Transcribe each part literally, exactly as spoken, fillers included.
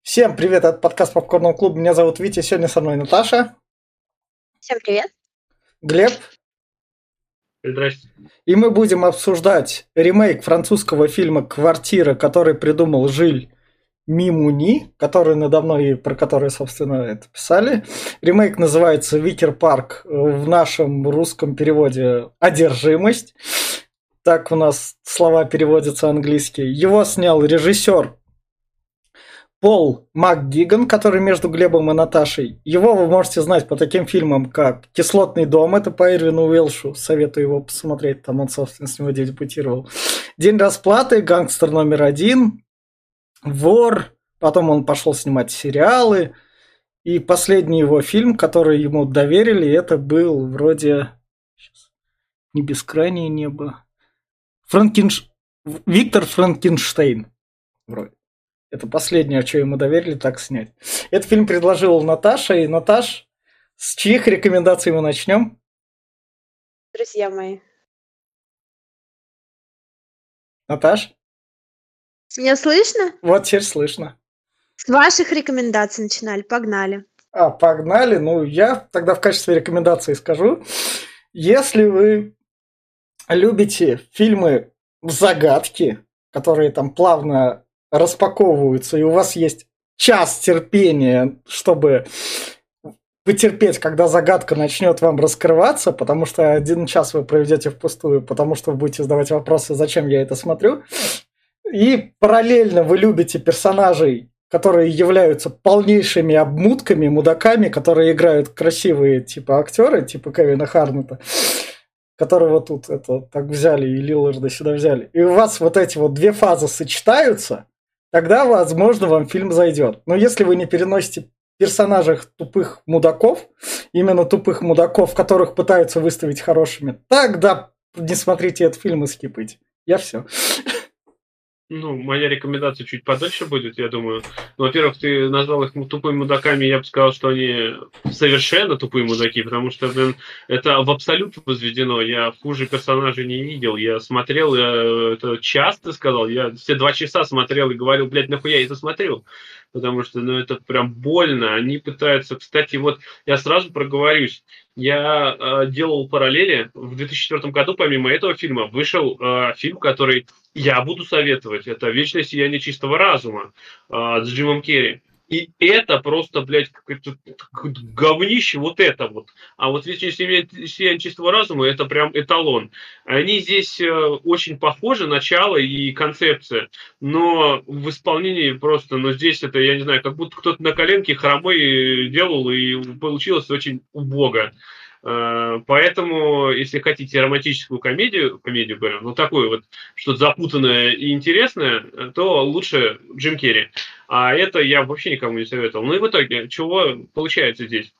Всем привет, это подкаст Попкорного клуба. Меня зовут Витя, сегодня со мной Наташа. Всем привет. Глеб. Здрасте. И мы будем обсуждать ремейк французского фильма «Квартира», который придумал Жиль Мимуни, который надо мной и про который, собственно, это писали. Ремейк называется «Викер Парк», в нашем русском переводе «Одержимость». Так у нас слова переводятся английские. Его снял режиссер Пол МакГиган, который между Глебом и Наташей. Его вы можете знать по таким фильмам, как «Кислотный дом», это по Эрвину Уэлшу, советую его посмотреть, там он, собственно, с него дебютировал. «День расплаты», «Гангстер номер один», «Вор», потом он пошел снимать сериалы, и последний его фильм, который ему доверили, это был вроде «Не бескрайнее небо», Франкенш... Виктор Франкенштейн, вроде. Это последнее, что ему доверили так снять. Этот фильм предложила Наташа. И, Наташ, с чьих рекомендаций мы начнем? Друзья мои. Наташ? Меня слышно? Вот теперь слышно. С ваших рекомендаций начинали. Погнали. А, погнали. Ну, я тогда в качестве рекомендации скажу. Если вы любите фильмы загадки, которые там плавно распаковываются, и у вас есть час терпения, чтобы потерпеть, когда загадка начнет вам раскрываться, потому что один час вы проведете впустую, потому что вы будете задавать вопросы, зачем я это смотрю, и параллельно вы любите персонажей, которые являются полнейшими обмутками, мудаками, которые играют красивые типа актеры, типа Кевина Харнета, которого тут это так взяли и Лилларда сюда взяли, и у вас вот эти вот две фазы сочетаются, тогда, возможно, вам фильм зайдет. Но если вы не переносите персонажей тупых мудаков, именно тупых мудаков, которых пытаются выставить хорошими, тогда не смотрите этот фильм и скипайте. Я все. Ну, моя рекомендация чуть подольше будет, я думаю. Ну, во-первых, ты назвал их тупыми мудаками, я бы сказал, что они совершенно тупые мудаки, потому что, блин, это в абсолют возведено. Я хуже персонажей не видел. Я смотрел, я это часто сказал, я все два часа смотрел и говорил, блядь, нахуя я это смотрю? Потому что, ну, это прям больно. Они пытаются... Кстати, вот я сразу проговорюсь. Я э, делал параллели. В две тысячи четвёртом году, помимо этого фильма, вышел э, фильм, который я буду советовать. Это «Вечное сияние чистого разума» э, с Джимом Керри. И это просто, блядь, какое-то говнище, вот это вот. А вот «Вечное сияние чистого разума» — это прям эталон. Они здесь э, очень похожи, начало и концепция. Но в исполнении просто, ну здесь это, я не знаю, как будто кто-то на коленке хромой делал, и получилось очень убого. Поэтому, если хотите романтическую комедию, комедию говорю, ну такую вот, что-то запутанное и интересное, то лучше Джим Керри. А это я вообще никому не советовал. Ну и в итоге, чего получается здесь?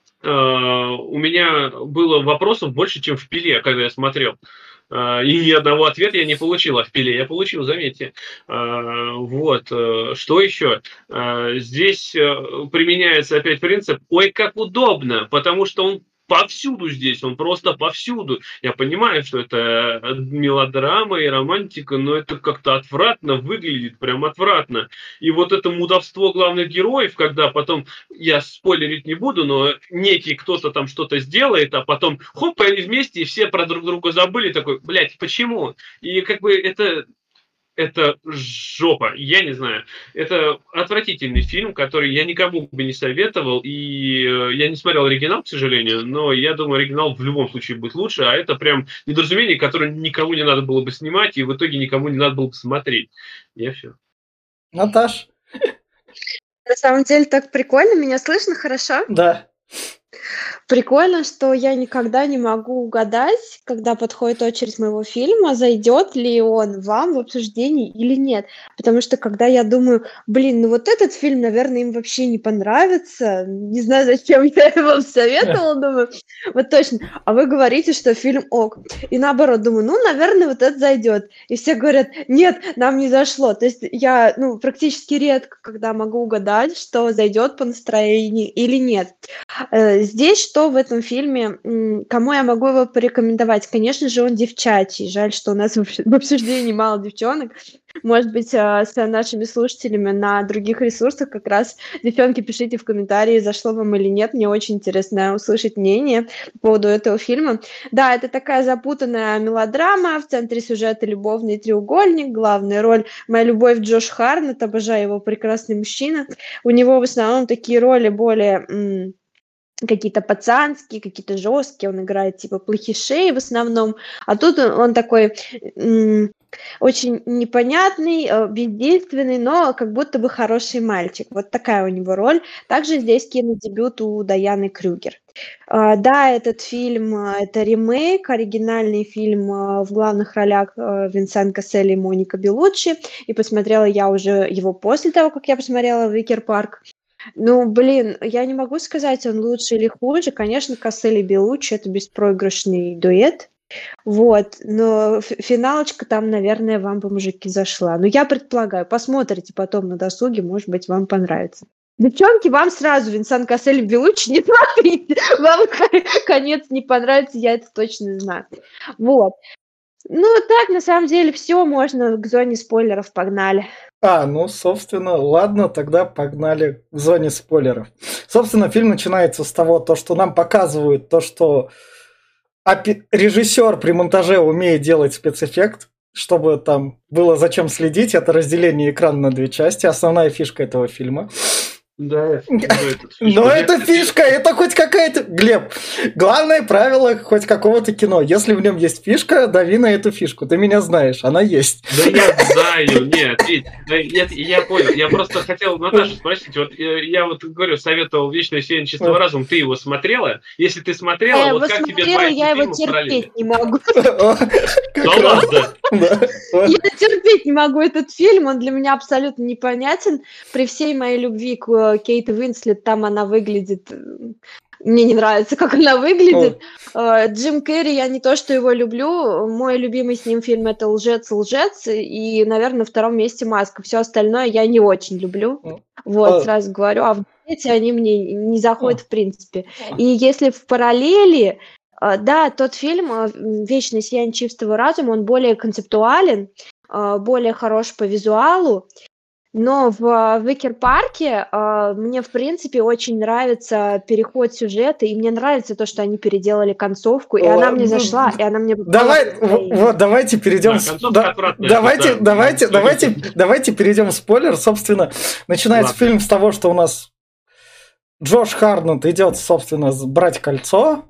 У меня было вопросов больше, чем в «Пиле», когда я смотрел. И ни одного ответа я не получил, а в «Пиле» я получил, заметьте. Вот. Что еще? Здесь применяется опять принцип «ой, как удобно», потому что он повсюду здесь, он просто повсюду. Я понимаю, что это мелодрама и романтика, но это как-то отвратно выглядит, прям отвратно. И вот это мудовство главных героев, когда потом, я спойлерить не буду, но некий кто-то там что-то сделает, а потом хоп, они вместе, и все про друг друга забыли, такой, блядь, почему? И как бы это... Это жопа, я не знаю. Это отвратительный фильм, который я никому бы не советовал. И э, я не смотрел оригинал, к сожалению, но я думаю, оригинал в любом случае будет лучше. А это прям недоразумение, которое никому не надо было бы снимать, и в итоге никому не надо было бы смотреть. Я все. Наташ? На самом деле так прикольно. Меня слышно хорошо? Да. Прикольно, что я никогда не могу угадать, когда подходит очередь моего фильма, зайдет ли он вам в обсуждении или нет. Потому что когда я думаю, блин, ну вот этот фильм, наверное, им вообще не понравится, не знаю, зачем я его советовала, думаю, вот точно. А вы говорите, что фильм ок. И наоборот, думаю, ну, наверное, вот этот зайдет. И все говорят, нет, нам не зашло. То есть я, ну, практически редко, когда могу угадать, что зайдет по настроению или нет. Здесь что что в этом фильме, м, кому я могу его порекомендовать? Конечно же, он девчачий. Жаль, что у нас в обс- в обсуждении мало девчонок. Может быть, а, с нашими слушателями на других ресурсах как раз, девчонки, пишите в комментарии, зашло вам или нет. Мне очень интересно услышать мнение по поводу этого фильма. Да, это такая запутанная мелодрама, в центре сюжета любовный треугольник, главная роль моя любовь Джош Харнетт, обожаю его, прекрасный мужчина. У него в основном такие роли более м, какие-то пацанские, какие-то жесткие, он играет типа плохишей в основном, а тут он, он такой м, очень непонятный, э, бездейственный, но как будто бы хороший мальчик. Вот такая у него роль. Также здесь кинодебют у Даяны Крюгер. А, да, этот фильм, а, это ремейк, оригинальный фильм, а, в главных ролях а, Винсент Кассель и Моника Беллуччи, и посмотрела я уже его после того, как я посмотрела Викер Парк. Ну, блин, я не могу сказать, он лучше или хуже. Конечно, Кассель и Беллуччи — это беспроигрышный дуэт. Вот, но ф- финалочка там, наверное, вам бы, мужики, зашла. Но я предполагаю, посмотрите потом на досуге, может быть, вам понравится. Девчонки, вам сразу Винсан Кассель и Беллуччи не смотрите. Вам ко- конец не понравится, я это точно знаю. Вот. Ну, так, на самом деле, все, можно к зоне спойлеров, погнали. А, ну, собственно, ладно, тогда погнали к зоне спойлеров. Собственно, фильм начинается с того, то, что нам показывают то, что опи- режиссер при монтаже умеет делать спецэффект, чтобы там было зачем следить. Это разделение экрана на две части, основная фишка этого фильма. Да, ну, этот фишка. Но Я, это кстати, фишка, это хоть какая-то... Глеб, главное правило хоть какого-то кино. Если в нем есть фишка, дави на эту фишку. Ты меня знаешь, она есть. Да я знаю, нет, Вить, да нет, я понял. Я просто хотел Наташу спросить. Вот э, я вот говорю, советовал «Вечное сияние чистого разума». Ты его смотрела? Если ты смотрела, Я вот его как тебе смотрела, два эти я его фильма в параллели? терпеть не могу. Да Как раз. ладно! Да. Я терпеть не могу этот фильм, он для меня абсолютно непонятен. При всей моей любви к э, Кейт Уинслет, там она выглядит... э, Мне не нравится, как она выглядит. Э, Джим Керри, я не то, что его люблю. Мой любимый с ним фильм — это «Лжец, лжец». И, наверное, на втором месте «Маска». Все остальное я не очень люблю. Вот, А, сразу говорю. А в эти они мне не заходят а, в принципе. И если в параллели... А, Да, тот фильм а, м, «Вечное сияние чистого разума», он более концептуален, а, более хорош по визуалу, но в а, Викер Парке а, мне, в принципе, очень нравится переход сюжета, и мне нравится то, что они переделали концовку, и она мне ладно. зашла, и она мне попала Давай, в в- настроение. вот, давайте перейдем. Да, с- концовка да- отвратная, давайте, да. давайте, давайте, давайте перейдем в спойлер. Собственно, начинается Ладно. фильм с того, что у нас Джош Харнетт идет, собственно, с- брать кольцо.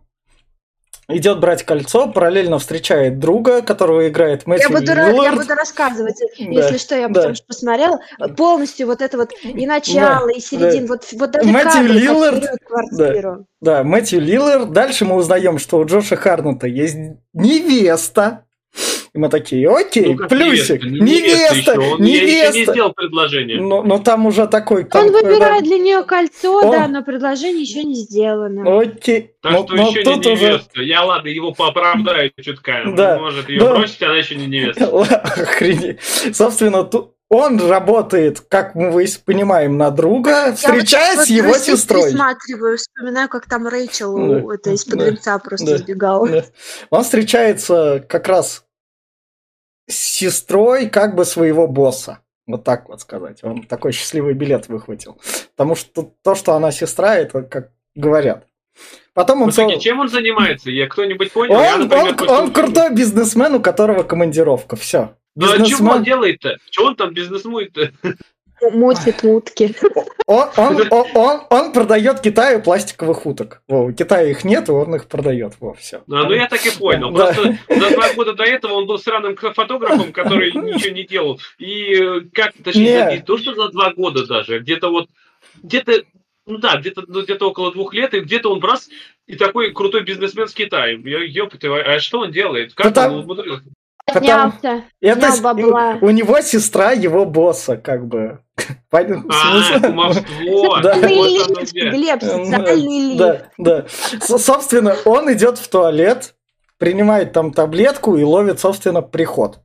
Идет брать кольцо, параллельно встречает друга, которого играет Я Мэтью буду, ра- я Лиллард. буду рассказывать, Да, если что, я да. потому что посмотрела э, полностью вот это вот и начало, Да, и середину, да. вот, вот даже Мэтью кадры, как Лиллард, берут да, квартиру. да, Мэтью Лиллард. Дальше мы узнаем, что у Джоша Харнетта есть невеста. И мы такие, окей, Ну как плюсик, невеста? Не невеста невеста, еще. Он ей еще не невеста. сделал предложение. Но, но там уже такой... Там, Он выбирает когда- для нее кольцо, Он- да, но предложение еще не сделано. Окей. Так Но, что но еще тут не уже... невеста. Я, ладно, его пооправдаю чутка. Да, Может ее да. бросить, она еще не невеста. Охренеть. Собственно, тут он работает, как мы вы- понимаем, на друга, встречаясь вот с его «Прости», сестрой. пересматриваю, вспоминаю, как там Рэйчел, Да, у- это из-под да, венца просто да, сбегала. да. Он встречается как раз с сестрой как бы своего босса. Вот так вот сказать. Он такой счастливый билет выхватил. Потому что то, что она сестра, это как говорят. Потом он... В итоге, со- чем он занимается? Я кто-нибудь понял? Я, Он, например, он- после он фильма- крутой бизнесмен, у которого командировка. Все. Ну а чего он делает-то? Чего он там бизнесмует-то? Мутит утки. Он, он, он, он, он продает Китаю пластиковых уток. Во, у Китая их нет, и он их продает. Во, все. Ну, ну я так и понял. Да. Просто за два года до этого он был сраным фотографом, который ничего не делал. И э, как, точнее, Не. за- не то, что за два года даже, где-то вот, где-то, ну да, где-то ну, где-то около двух лет, и где-то он раз, и такой крутой бизнесмен с Китаем. Я, ёпты, а что он делает? Как Потому- он умудрился? Потому- Поднялся, Это снял с- бабла. у него сестра его босса, как бы. Понятно? А, кумовство. Да. Социальный Вот оно лифт, где. Глеб, социальный лифт. Да, да. С- Собственно, он идет в туалет, принимает там таблетку и ловит, собственно, приход.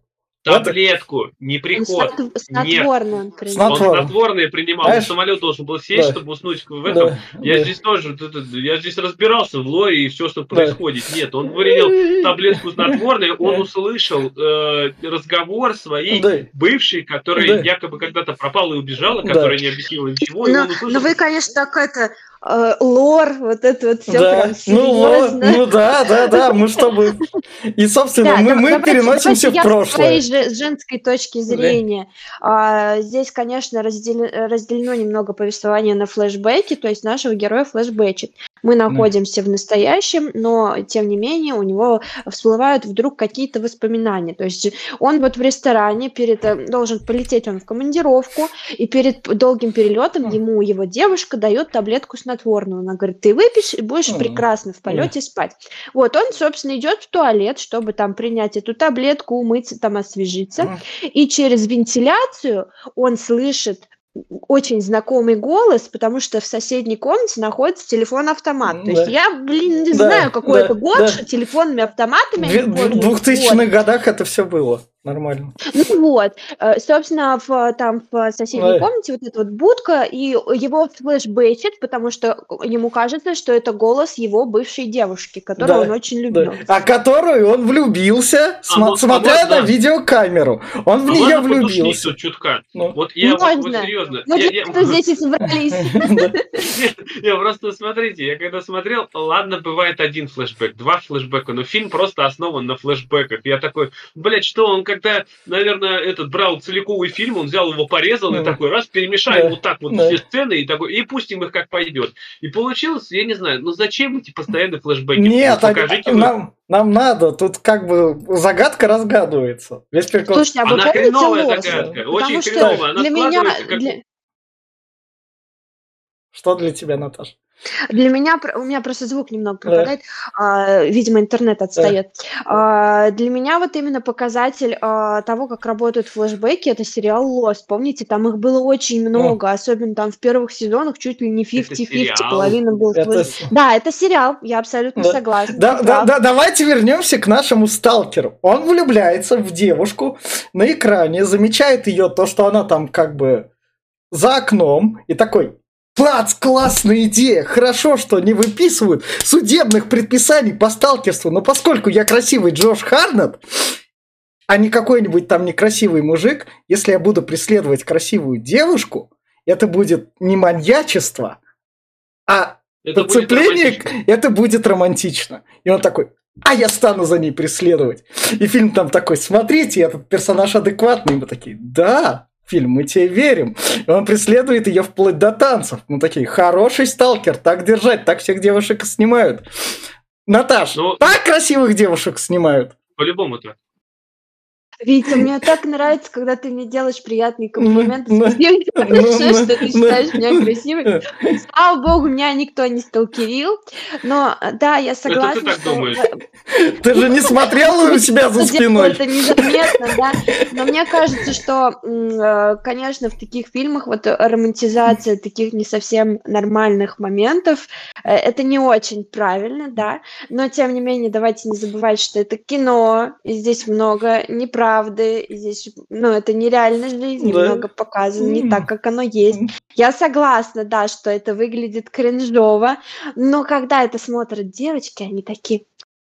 таблетку, не приход. Он снотворный он принимал. Снотворный. Он снотворное принимал, Знаешь? он в самолет должен был сесть, Да. чтобы уснуть в этом. Да, Я да. здесь тоже, я здесь разбирался в лоре и все, что происходит. Нет, он принял таблетку снотворной, он Да. услышал э, разговор своей Да. бывшей, которая Да. якобы когда-то пропала и убежала, Да. которая не объяснила ничего, и Ну, он услышал... ну вы, конечно, так это э, лор, вот это вот все Да. прям Ну, вот, серьезно. ну да, да, да, мы чтобы... И, собственно, Да, мы, да- мы давайте- переносимся давайте в я прошлое. с своей же- женской точки зрения. А, здесь, конечно, разделе- разделено немного повествование на флешбеки, то есть нашего героя флешбэчит. Мы находимся в настоящем, но, тем не менее, у него всплывают вдруг какие-то воспоминания. То есть он вот в ресторане перед, э, должен полететь он в командировку, и перед долгим перелетом ему его девушка дает таблетку снотворную. Она говорит, ты выпьешь и будешь Мгм. прекрасно в полете спать. Вот, он, собственно, идет в туалет, чтобы там принять эту таблетку, умыться, там освежиться. Мгм. И через вентиляцию он слышит очень знакомый голос, потому что в соседней комнате находится телефон-автомат. То есть Да. я, блин, не Да, знаю, какой да, это год, да. что телефонными автоматами В они пользуются. двухтысячных Вот. годах это все было нормально. Ну вот, э, собственно, в, там в соседней Да. комнате вот эта вот будка, и его флешбэчит, потому что ему кажется, что это голос его бывшей девушки, которую Да, он очень любил. Да. А которую он влюбился, А смо- мо- а смотря можно- на видеокамеру. Он в А нее можно потушнить влюбился. тут чутка? Ну. Вот я вот, вот Можно. серьезно. Мы я- для я- этого здесь и собрались. Да. Нет, я просто, смотрите, я когда смотрел, ладно, бывает один флешбэк, два флешбэка, но фильм просто основан на флешбэках. Я такой, блядь, что он, когда, наверное, этот брал целиковый фильм, он взял его, порезал и Ну. такой, раз, перемешаем Да. вот так вот Да. все сцены и такой, и пустим их как пойдет. И получилось, я не знаю, ну зачем эти постоянные флешбеки? Нет, Ну, они- покажите вы. нам, нам надо, тут как бы загадка разгадывается. Весь прикол. Слушайте, а вы Она помните хреновая «Лост»? загадка, Потому очень что хреновая, она для меня, складывается как... для, Что для тебя, Наташа? для меня, про- у меня просто звук немного Да. пропадает, а, видимо, интернет отстает. А, для меня вот именно показатель а, того, как работают флешбеки, это сериал «Лост». Помните, там их было очень много, особенно там в первых сезонах чуть ли не пятьдесят на пятьдесят, сериал. половина был Это флеш- с- Да, это сериал, я абсолютно Да. согласна. Да, ты да, прав. да, давайте вернемся к нашему сталкеру. Он влюбляется в девушку на экране, замечает ее, то, что она там как бы за окном, и такой: класс, классная идея, хорошо, что не выписывают судебных предписаний по сталкерству, но поскольку я красивый Джош Харнет, а не какой-нибудь там некрасивый мужик, если я буду преследовать красивую девушку, это будет не маньячество, а Это будет подцепление, романтично. это будет романтично. И он такой: а я стану за ней преследовать. И фильм там такой: смотрите, этот персонаж адекватный. И мы такие: да, фильм, мы тебе верим. И он преследует ее вплоть до танцев. Мы такие: хороший сталкер, так держать, так всех девушек и снимают. Наташ, Ну- так красивых девушек снимают. По-любому так. Витя, мне так нравится, когда ты мне делаешь приятные комплименты. Ну, Спасибо тебе ну, большое, ну, что ты ну. считаешь меня красивой. Слава богу, меня никто не сталкерил. Но да, я согласна, так что... думаешь. Ты же не смотрела у себя за спиной. Это незаметно, да. Но мне кажется, что, м, э, конечно, в таких фильмах вот романтизация таких не совсем нормальных моментов, э, это не очень правильно, да. Но, тем не менее, давайте не забывать, что это кино, и здесь много неправды, и здесь, ну, это нереальная жизнь, Да. немного показано не М. так, как оно есть. Я согласна, да, что это выглядит кринжово, но когда это смотрят девочки, они такие: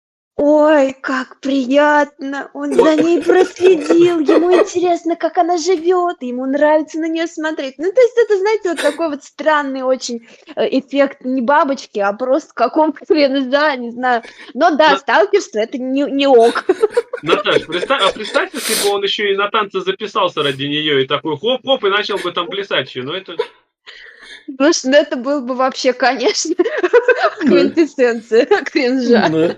ой, как приятно, он за ней проследил, ему интересно, как она живет, ему нравится на нее смотреть. Ну, то есть это, знаете, вот такой вот странный очень э, эффект не бабочки, а просто какого-то кринжа, не знаю. Но да, Но- сталкерство это не, не ок. Наташ, представь, а представь, если бы он еще и на танцы записался ради нее, и такой хоп-хоп, и начал бы там плясать еще. Ну, это... Потому что это был бы вообще, конечно, квинтэссенция кринжа. Да.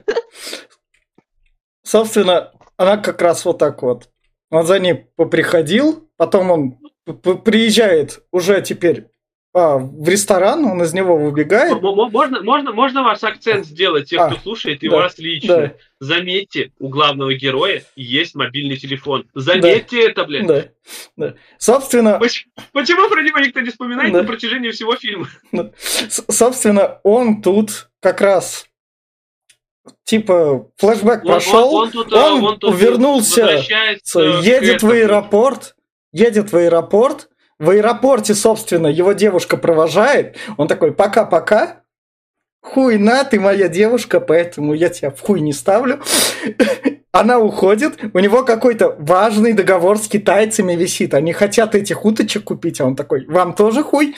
Собственно, она как раз вот так вот. Он за ней поприходил, потом он п- п- приезжает уже теперь а, в ресторан, он из него выбегает. М- м- Можно, можно, можно ваш акцент сделать, тех, А, кто слушает, и да, вас лично. да. Заметьте, у главного героя есть мобильный телефон. Заметьте это, блядь. Да, да. Собственно, Поч- Почему про него никто не вспоминает Да. на протяжении всего фильма? с- собственно, он тут как раз типа, флешбэк Он, он, прошел, он тут, он, он тут вернулся, возвращается едет к в этому. аэропорт, едет в аэропорт, в аэропорте, собственно, его девушка провожает, он такой, пока-пока, хуй на, ты моя девушка, поэтому я тебя в хуй не ставлю. Она уходит, у него какой-то важный договор с китайцами висит, они хотят этих уточек купить, а он такой, вам тоже хуй?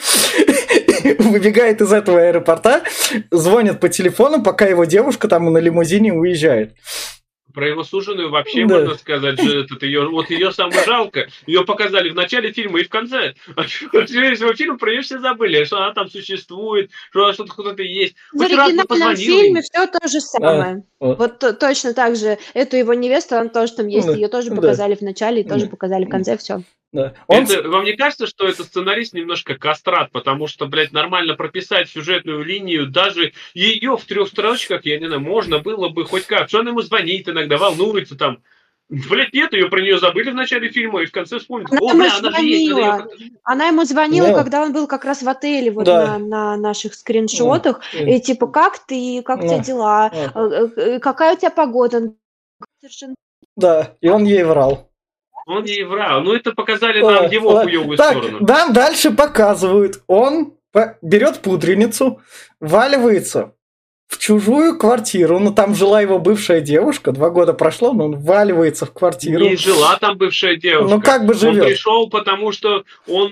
Выбегает из этого аэропорта, звонит по телефону, пока его девушка там на лимузине уезжает. Про его суженую вообще Да. можно сказать, что этот ее, вот ее самое жалко. Ее показали в начале фильма и в конце. А весь фильм про нее все забыли, что она там существует, что что-то кто-то есть. В Хоть раз бы оригинальном позвонил фильме ей. все то же самое. вот. Вот то- точно так же. Эту его невесту, она тоже там есть. Да, Ее тоже да. показали в начале и тоже Да. показали в конце. Все. Да. Он... Это, вам не кажется, что это сценарист немножко кастрат, потому что, блядь, нормально прописать сюжетную линию, даже ее в трех строчках, я не знаю, можно было бы хоть как. Что он ему звонит иногда, волнуется там. Блядь, нет, ее про нее забыли в начале фильма и в конце вспомнили. Она О, ему бля, она же есть, надо звонила. ее как-то... Она ему звонила, Да. когда он был как раз в отеле, вот Да. на, на наших скриншотах. Да. И типа, как ты, как у тебя Да. дела, Да. Э, э, какая у тебя погода? Он совершенно Да, и он ей врал. Он ей врал. Ну, это показали нам Ладно, его ладно. хуевую Так, сторону. нам дальше показывают. Он по- берет пудреницу, валивается в чужую квартиру. Ну, там жила его бывшая девушка. Два года прошло, но он валивается в квартиру. Не жила там бывшая девушка. Ну, как бы Он живет. пришел, потому что он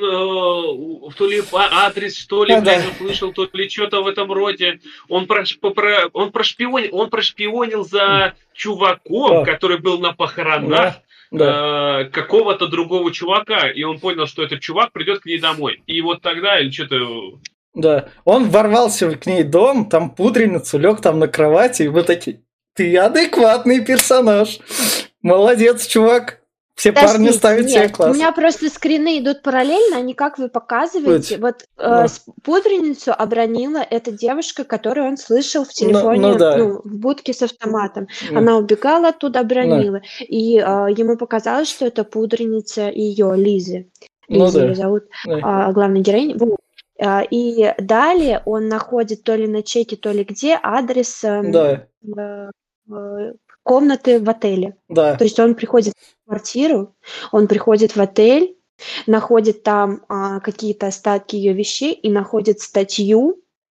э, то ли а- адрес, что ли, Да, блядь, да. услышал, то ли что-то в этом роде. Он, прош, попро- он, прошпионил, он прошпионил за чуваком, Да. который был на похоронах Да. э, какого-то другого чувака. И он понял, что этот чувак придет к ней домой. И вот тогда, или что-то... Да, он ворвался к ней в дом, там пудреницу, лег там на кровати, и мы такие, ты адекватный персонаж. Молодец, чувак. Все парни Подождите, ставят себе нет, у класс. меня просто скрины идут параллельно, они как вы показываете. Будь. Вот э, Да. с- пудреницу обронила эта девушка, которую он слышал в Ну, телефоне, ну да. ну, в будке с автоматом. Ну, Она убегала оттуда, обронила. И э, ему показалось, что это пудреница ее, Лизы. ну Лиза ее да. зовут, Да. а, главной героини. Вот. А, И далее он находит то ли на чеке, то ли где адрес эм, Да, э, э, комнаты в отеле. да. То есть он приходит в квартиру, он приходит в отель, находит там а, какие-то остатки ее вещей и находит статью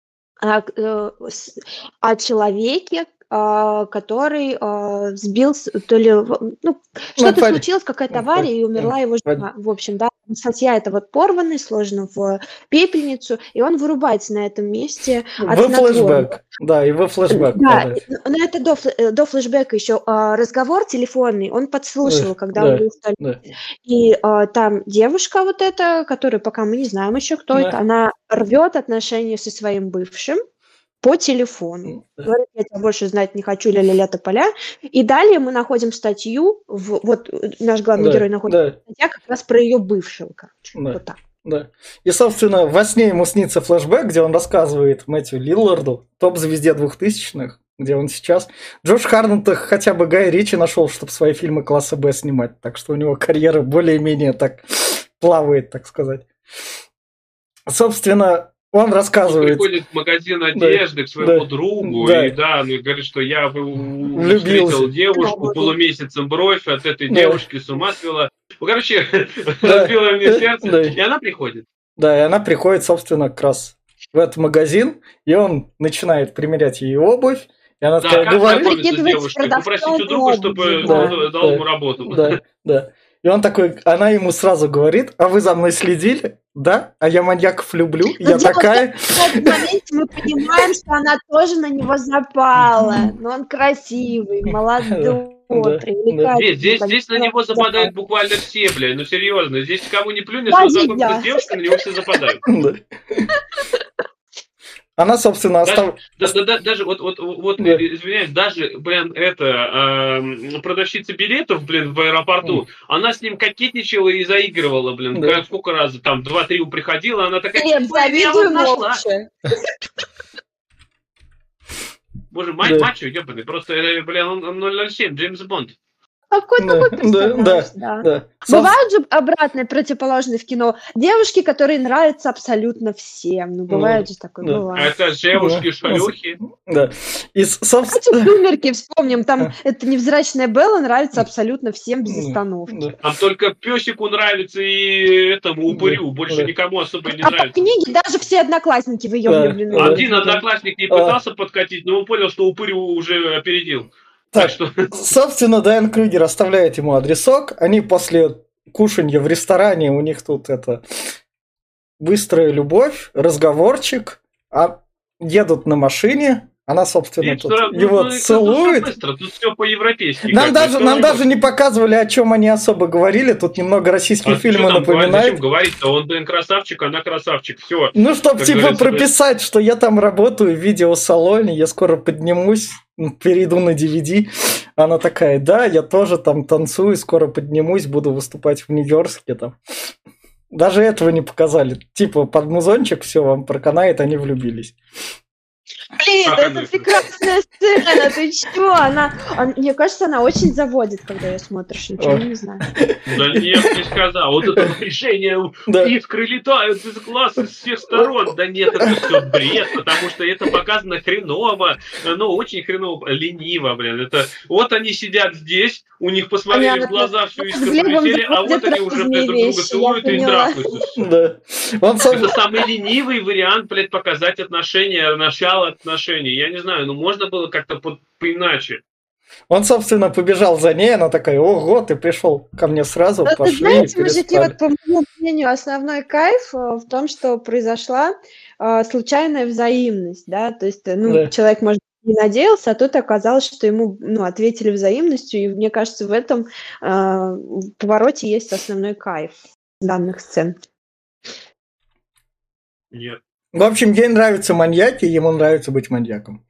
а, к- э, с- о человеке, а, который а, сбил, с- то ли, в- ну, что-то пон- случилось, какая-то ну, авария, и умерла его пон- жена. В общем, да, статья это вот порванная, сложена в пепельницу, и он вырубается на этом месте от В снотворного. флешбэк. Да, и в флешбэк. Да, Да, и- но это до, флэ- э, до флешбека еще а, разговор телефонный, он подслушивал, когда он да, был в туалете. да. И а, там девушка вот эта, которую пока мы не знаем еще, кто Да. это, она рвет отношения со своим бывшим по телефону. Да. Говорит, я тебя больше знать не хочу, ля-ля-ля тополя. И далее мы находим статью, в, вот э, наш главный Да, герой находит да, статья как раз про ее бывшего, короче. Да. Вот так. да. И, собственно, во сне ему снится флешбэк, где он рассказывает Мэтью Лилларду, топ-звезде двухтысячных, где он сейчас. Джош Харнет хотя бы Гай Ричи нашел, чтобы свои фильмы класса Б снимать, так что у него карьера более-менее так плавает, так сказать. Собственно, он Он рассказывает. приходит в магазин одежды к своему да, другу, да. и да, ну, и говорит, что я в- Влюбился. встретил девушку, полумесяцем бровь, от этой Да. девушки с ума свела. Ну, короче, Да. разбила мне сердце, Да. и она приходит. Да, и она приходит, собственно, как раз в этот магазин, и он начинает примерять ей обувь, и она Да, такая как говорит... знакомиться с Прикидывается девушкой, продавцом попросить у друга, чтобы обуви, да. он дал Да. ему работу. Да, да. И он такой, она ему сразу говорит, а вы за мной следили? Да? А я маньяков люблю, Но я дело такая... в этот момент мы понимаем, что она тоже на него запала. Но он красивый, молодой, Да, привлекательный. Здесь, здесь, здесь на него западают буквально все, бля, ну серьезно. Здесь кого не плюнешь, Даже но знакомиться я. с девушкой, на него все западают. Да. Она, собственно, остав... Да, да, да, даже вот, вот, вот Да. извиняюсь, даже, блин, это эм, продавщица билетов, блин, в аэропорту, она с ним кокетничала и заигрывала, блин, Да. как- сколько раз, там, два-три приходила, она такая, Глеб, «Ой, я завидую вас нашла». молча. Боже, мать, Да. мачо, ёбаный, просто, э, блин, он он ноль ноль семь, Джеймс Бонд. Какой Да, такой персонаж, да, да. да. Соб- Бывают же обратные, противоположные в кино. Девушки, которые нравятся абсолютно всем. Ну, бывает же такое, да. А бывает. это девушки-шлюхи. Да. И, с- собственно... Давайте «Сумерки» вспомним. Там А. эта невзрачная Белла нравится абсолютно всем без Да, остановки. да. Там только песику нравится и этому упырю. Больше Да. никому особо не А по нравится. книге даже все одноклассники в ее Да, влюблены. да. Один одноклассник не А. пытался подкатить, но он понял, что упырь уже опередил. Так, Так что собственно, Дайан Крюгер оставляет ему адресок. Они после кушанья в ресторане, у них тут это быстрая любовь, разговорчик, а едут на машине. Она, собственно, И тут всё- ну, его ну, это целует. быстро, тут все по-европейски. Нам как бы, даже, всё нам нормально. даже не показывали, о чем они особо говорили. Тут немного российские А фильмы что там говорить? напоминают. Зачем говорить-то? Он, блин, красавчик, она красавчик. Все. Ну, чтоб Как типа говорится, прописать, что я там работаю в видеосалоне, я скоро поднимусь, перейду на ди ви ди. Она такая, да, я тоже там танцую, скоро поднимусь, буду выступать в Нью-Йорке там. Даже этого не показали. Типа под музончик все вам проканает, они влюбились. Блин, Как это она- прекрасная сцена, ты чё? Она, он- мне кажется, она очень заводит, когда ее смотришь, ничего Ой. не знаю. Да нет, не сказал. Вот это напряжение, Да. искры летают из глаз из всех сторон. Да нет, это все бред, потому что это показано хреново, ну, очень хреново, лениво, блин. Это вот они сидят здесь, у них посмотрели Понятно. в глаза, всю С искру Глебом полетели, а вот заходят они уже, блядь, друг разные друга вещи, целуют я и поняла. трахаются. Всё. Да. Он сам- Это самый ленивый вариант, блядь, показать отношения, начало отношений. Я не знаю, ну можно было как-то по- поиначе. Он, собственно, побежал за ней, она такая, ого, ты пришел ко мне сразу, Да, пошли вы знаете, и мужики, переспали. вот по моему мнению, основной кайф э, в том, что произошла э, случайная взаимность, да, то есть, э, ну, Да. человек, может, не надеялся, а тут оказалось, что ему, ну, ответили взаимностью, и мне кажется, в этом э, повороте есть основной кайф данных сцен. Нет. В общем, ей нравятся маньяки, ему нравится быть маньяком.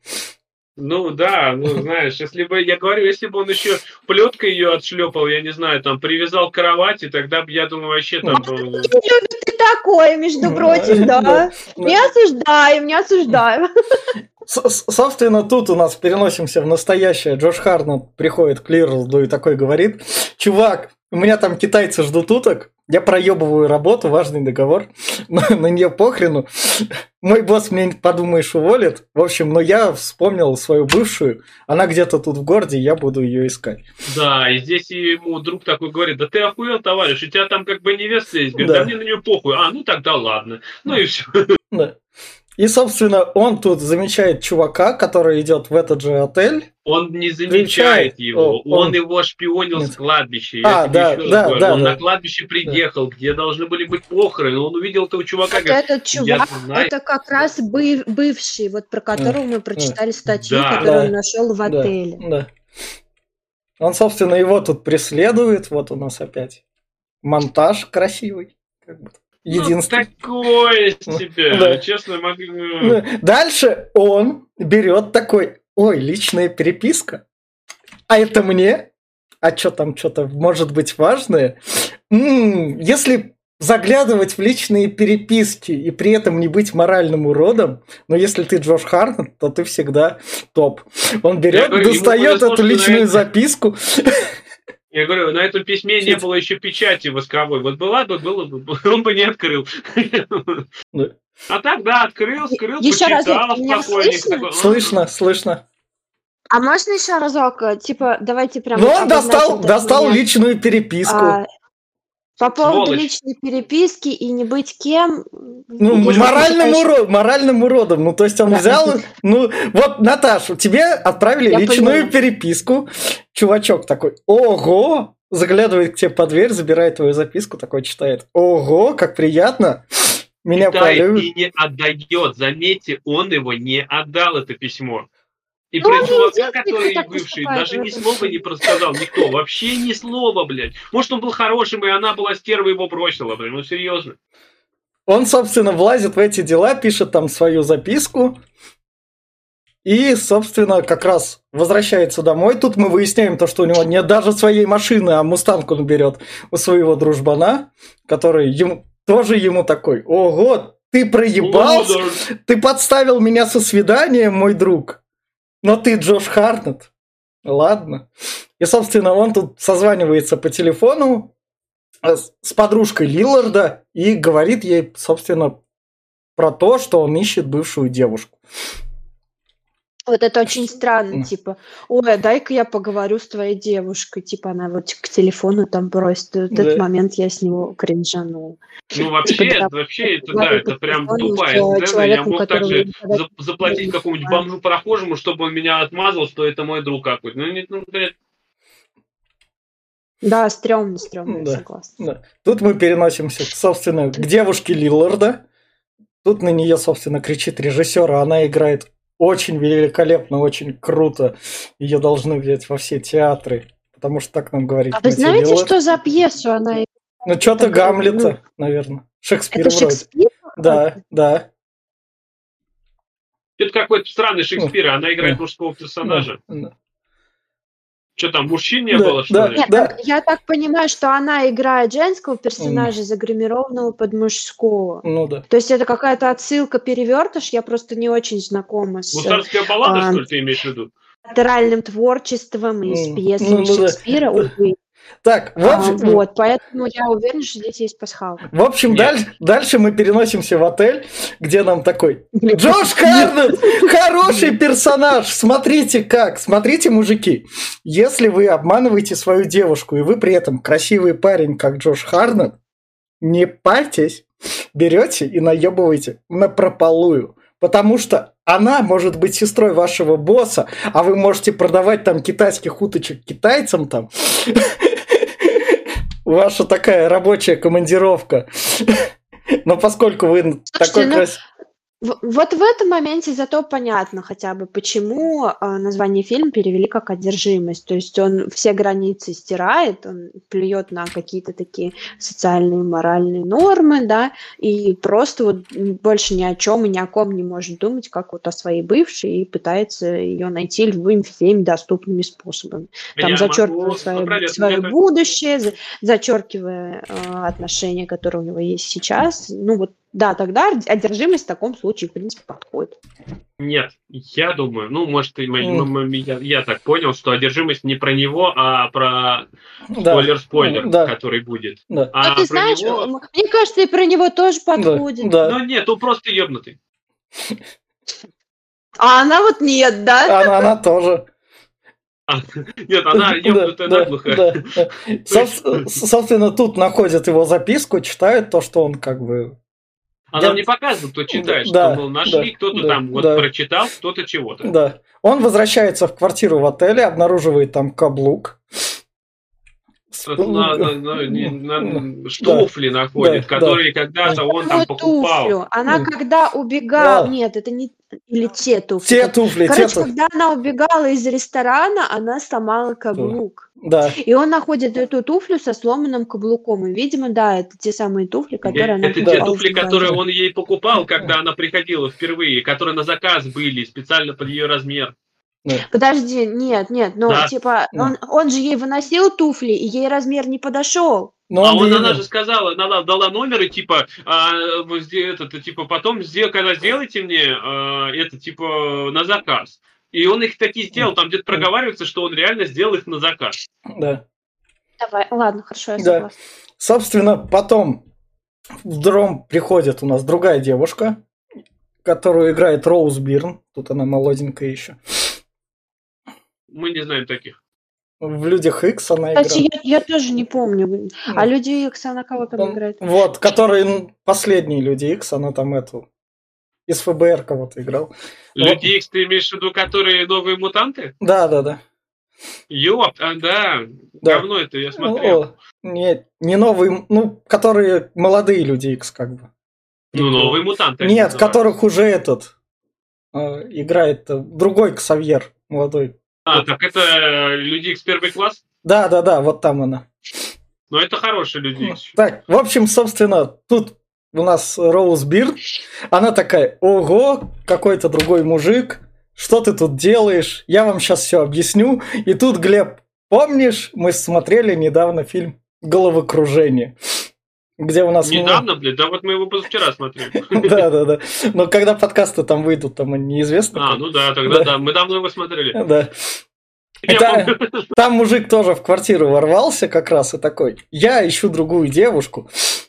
Ну да, ну знаешь, если бы, я говорю, если бы он еще плеткой ее отшлепал, я не знаю, там, привязал к кровати, тогда бы, я думаю, вообще там... э, Не любит ты такое, между прочим, да. Да. Не осуждаем, не осуждаем. С- с- Собственно, тут у нас переносимся в настоящее. Джош Харнет приходит к Лирлду и такой говорит, чувак, у меня там китайцы ждут уток, я проебываю работу, важный договор, но на нее похрену. Мой босс мне, подумаешь, уволит. В общем, но я вспомнил свою бывшую, она где-то тут в городе, я буду ее искать. Да, и здесь ему друг такой говорит, да ты охуел, товарищ, у тебя там как бы невеста есть, говорит, Да. да мне на нее похуй, а, ну тогда ладно, ну и все. Да. И, собственно, он тут замечает чувака, который идет в этот же отель. Он не Замечает. замечает его, О, он- он его шпионил Нет. с кладбища. Я А, тебе да, еще раз да, говорю. да, Он да. на кладбище приехал, где должны были быть похороны. Он увидел этого чувака, Вот говорит, этот я чувак, знаю. это как раз быв- бывший, вот про которого мы прочитали статью, Да. которую Да. он нашел в Да, отеле. да. Он, собственно, его тут преследует. Вот у нас опять монтаж красивый. Как бы. Единственный. Ну, такое себе, Да. честно могу... Ну, дальше он берет такой, ой, личная переписка. А это мне? А что там, что-то может быть важное? М, если заглядывать в личные переписки и при этом не быть моральным уродом, но если ты Джош Харнет, то ты всегда топ. Он Я берет, говорю, ему достает повезло, эту что на личную это- записку. Я говорю, на этом письме не было еще печати восковой. Вот была бы, было бы, он бы не открыл. Да. А так, да, открыл, скрыл, Еще раз, почитал меня спокойненько. слышно? такой, «А, Слышно, слышно. А можно еще разок, э, типа, давайте прям... Но он обозначим достал, этот достал момент. личную переписку. А, по поводу Сволочь. личной переписки и не быть кем... Ну, я моральным, считаю, что- урод, моральным уродом. Ну, то есть он Да. взял... Ну, вот, Наташа, тебе отправили Я личную поняла. переписку. Чувачок такой, ого! Заглядывает к тебе под дверь, забирает твою записку, такой читает. Ого, как приятно! Меня читает полюбят. и не отдает. Заметьте, он его не отдал, это письмо. И Ну, про он чувака, идиот, который так бывший, поступает, даже ни это слова всё. не просказал никто. Вообще ни слова, блядь. Может, он был хорошим, и она была стерва, его бросила, блядь. Ну, серьезно. Он, собственно, влазит в эти дела, пишет там свою записку. И, собственно, как раз возвращается домой. Тут мы выясняем то, что у него нет даже своей машины, а мустанг он берет у своего дружбана, который ему, тоже ему такой, ого, ты проебался, Лузер. ты подставил меня со свиданием, мой друг, но ты Джош Харнет. Ладно. И, собственно, он тут созванивается по телефону с подружкой Лилларда и говорит ей, собственно, про то, что он ищет бывшую девушку. Вот это очень странно, типа, ой, дай-ка я поговорю с твоей девушкой. Типа она вот к телефону там бросит. В этот Да. момент я с него кринжанул. Ну, вообще, Типа, да, вообще, это, да, говорю это по прям телефону тупая с сцена. Я человеком, мог которого также я никогда за- заплатить не какому-нибудь знаю. бомжу прохожему, чтобы он меня отмазал, что это мой друг какой-то. Ну, нет, ну, блядь. Да, стрёмно, стрёмно, я Да, согласна. да. Тут мы переносимся, собственно, к девушке Лилларда. Тут на нее, собственно, кричит режиссер, а она играет очень великолепно, очень круто. Ее должны взять во все театры, потому что так нам говорит А вы Мэтью знаете, Лиллард. что за пьесу она играет? Ну, что-то Это, Гамлета, ну, наверное. Шекспира это вроде. Шекспир? Да, какой-то? да. Это какой-то странный Шекспир, а она играет Да, мужского персонажа. да, Что там, мужчин не Да, было, что да. ли? Нет, Да. там- я так понимаю, что она играет женского персонажа, загримированного под мужского. Ну да. То есть это какая-то отсылка, перевертыш. Я просто не очень знакома с Гусарская баллада, а, что ли, ты имеешь в виду? театральным творчеством и с М, пьесами ну, ну да. Шекспира, увы. Так, в А, общем, вот, поэтому я уверена, что здесь есть пасхалка. в общем Нет. дальше, дальше мы переносимся в отель, где нам такой Джош Харнетт, хороший персонаж, смотрите как, смотрите, мужики, если вы обманываете свою девушку, и вы при этом красивый парень, как Джош Харнетт, не парьтесь, берете и наебываете напропалую, потому что она может быть сестрой вашего босса, а вы можете продавать там китайских уточек китайцам там. Ваша такая рабочая командировка. Но поскольку вы Слушайте, такой ну, красивый... В- Вот в этом моменте зато понятно хотя бы, почему а, название фильма перевели как «Одержимость». То есть он все границы стирает, он плюет на какие-то такие социальные, моральные нормы, да, и просто вот м, больше ни о чем и ни о ком не может думать, как вот о своей бывшей, и пытается ее найти любыми всеми доступными способами. Там Я зачеркивая могу свое, опровергнуть свое это. будущее, за- зачеркивая а, отношения, которые у него есть сейчас. Ну вот, да, тогда одержимость в таком случае, в принципе, подходит. Нет, я думаю, ну, может, и мои- М. м- м- я, я так понял, что одержимость не про него, а про Да, спойлер-спойлер, да, который будет. да, Ну, А ты про знаешь, него... м, мне кажется, и про него тоже подходит. да. Ну, нет, он просто ебнутый. А она вот нет, да? Она, она тоже. А, нет, она ебнутая Да, наглухо. да, да. Соб- Собственно, тут находят его записку, читают то, что он как бы... А нам не показывают, кто читает, Да, что, мол, нашли, да, кто-то да, там вот да. прочитал, кто-то чего-то. Да. Он возвращается в квартиру в отеле, обнаруживает там каблук. На- на- на- не- на- Да. Туфли находит, Да, которые когда-то он там Какую покупал. туфлю? Она М. когда убегала... Да. Нет, это не... Или те туфли. Те туфли, те Короче, туфли. когда она убегала из ресторана, она сломала каблук. Да. И он находит эту туфлю со сломанным каблуком. И, видимо, да, это те самые туфли, которые она Это те покупала в туфли, магазине. которые он ей покупал, когда она приходила впервые, которые на заказ были, специально под ее размер. Подожди, нет, нет, ну, Да. типа, Да. он, он же ей выносил туфли, и ей размер не подошел. Но А он он, видел. она же сказала, она дала номер, и типа, а, вы сде- этот, типа, потом, сдел- когда сделайте мне, а, это, типа, на заказ. И он их такие сделал, там где-то проговаривается, что он реально сделал их на заказ. Да. Давай, ладно, хорошо, я Да. согласна. Собственно, потом в дром приходит у нас другая девушка, которую играет Роуз Бирн. Тут она молоденькая еще. Мы не знаем таких. В «Людях Икс» она Кстати, играет. я, я тоже не помню. А Люди Икс, она кого там Он- играет? Вот, который м, последние «Люди Икс», она там эту из эф бэ эр кого-то играл. Люди Икс, ты имеешь в виду, которые новые мутанты? Да, да, да. Ёп, а, да, Да. говно это я смотрел. О, не, не новые, ну, которые молодые «Люди Икс», как бы. Ну, новые мутанты. они Нет, называются. которых уже этот э, играет э, другой Ксавьер, молодой. А, так это Люди Икс первый класс? Да, да, да, вот там она. Ну, это хороший Люди Икс. Так, в общем, собственно, тут у нас Роуз Бирн. Она такая: ого, какой-то другой мужик, что ты тут делаешь? Я вам сейчас все объясню. И тут, Глеб, помнишь, мы смотрели недавно фильм «Головокружение», где у нас... Недавно, блядь, да вот мы его позавчера смотрели. Да, да, да. Но когда подкасты там выйдут, там неизвестно. А, как. ну да, тогда Да. да, мы давно его смотрели. Да. Это, там мужик тоже в квартиру ворвался как раз и такой, я ищу другую девушку.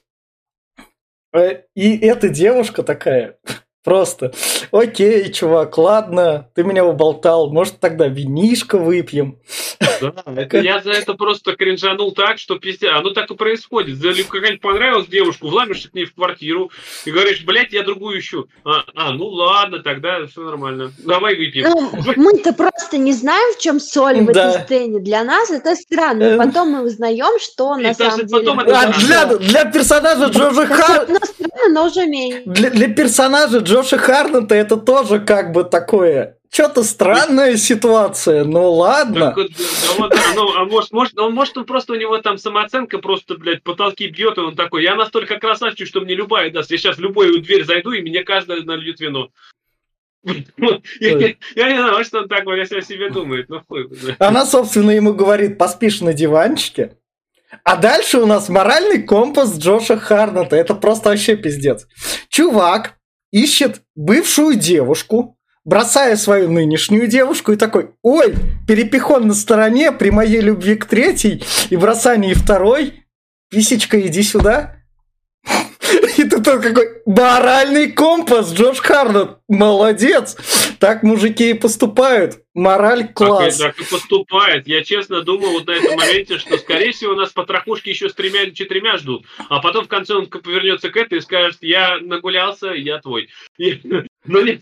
И эта девушка такая, просто, окей, чувак, ладно, ты меня уболтал, может тогда винишко выпьем. Да, это я за это просто кринжанул так, что пиздец. Оно так и происходит. Если какая-нибудь понравилась девушку, вламишься к ней в квартиру и говоришь, блядь, я другую ищу. А, а ну ладно, тогда все нормально. Давай выпьем. Ну, мы-то просто не знаем, в чем соль в Да. этой сцене. Для нас это странно. Потом мы узнаем, что И на даже самом потом деле... это А для, для персонажа Джоша Харнета... Это странно, но уже менее. Для, для персонажа Джоша Харнета это тоже как бы такое... Что-то странная ситуация, ну ладно. Так, да, да, вот, да, ну, а может, может, он, может, он просто у него там самооценка просто, блядь, потолки бьет, и он такой, я настолько красавчик, что мне любая даст. Я сейчас в любую дверь зайду, и мне каждая нальет вино. Я не знаю, может, он так о себе думает, но хуй. Она, собственно, ему говорит, поспишь на диванчике. А дальше у нас моральный компас Джоша Харнета. Это просто вообще пиздец. Чувак ищет бывшую девушку, бросая свою нынешнюю девушку и такой, ой, перепихон на стороне при моей любви к третьей и бросании второй, писечка, иди сюда. И ты тут какой моральный компас, Джош Харнет, молодец. Так мужики и поступают. Мораль класс. Так, так и поступает. Я честно думал вот на этом моменте, что, скорее всего, нас потрохушки еще с тремя или четырьмя ждут. А потом в конце он повернется к этой и скажет, я нагулялся, я твой. И... Но нет,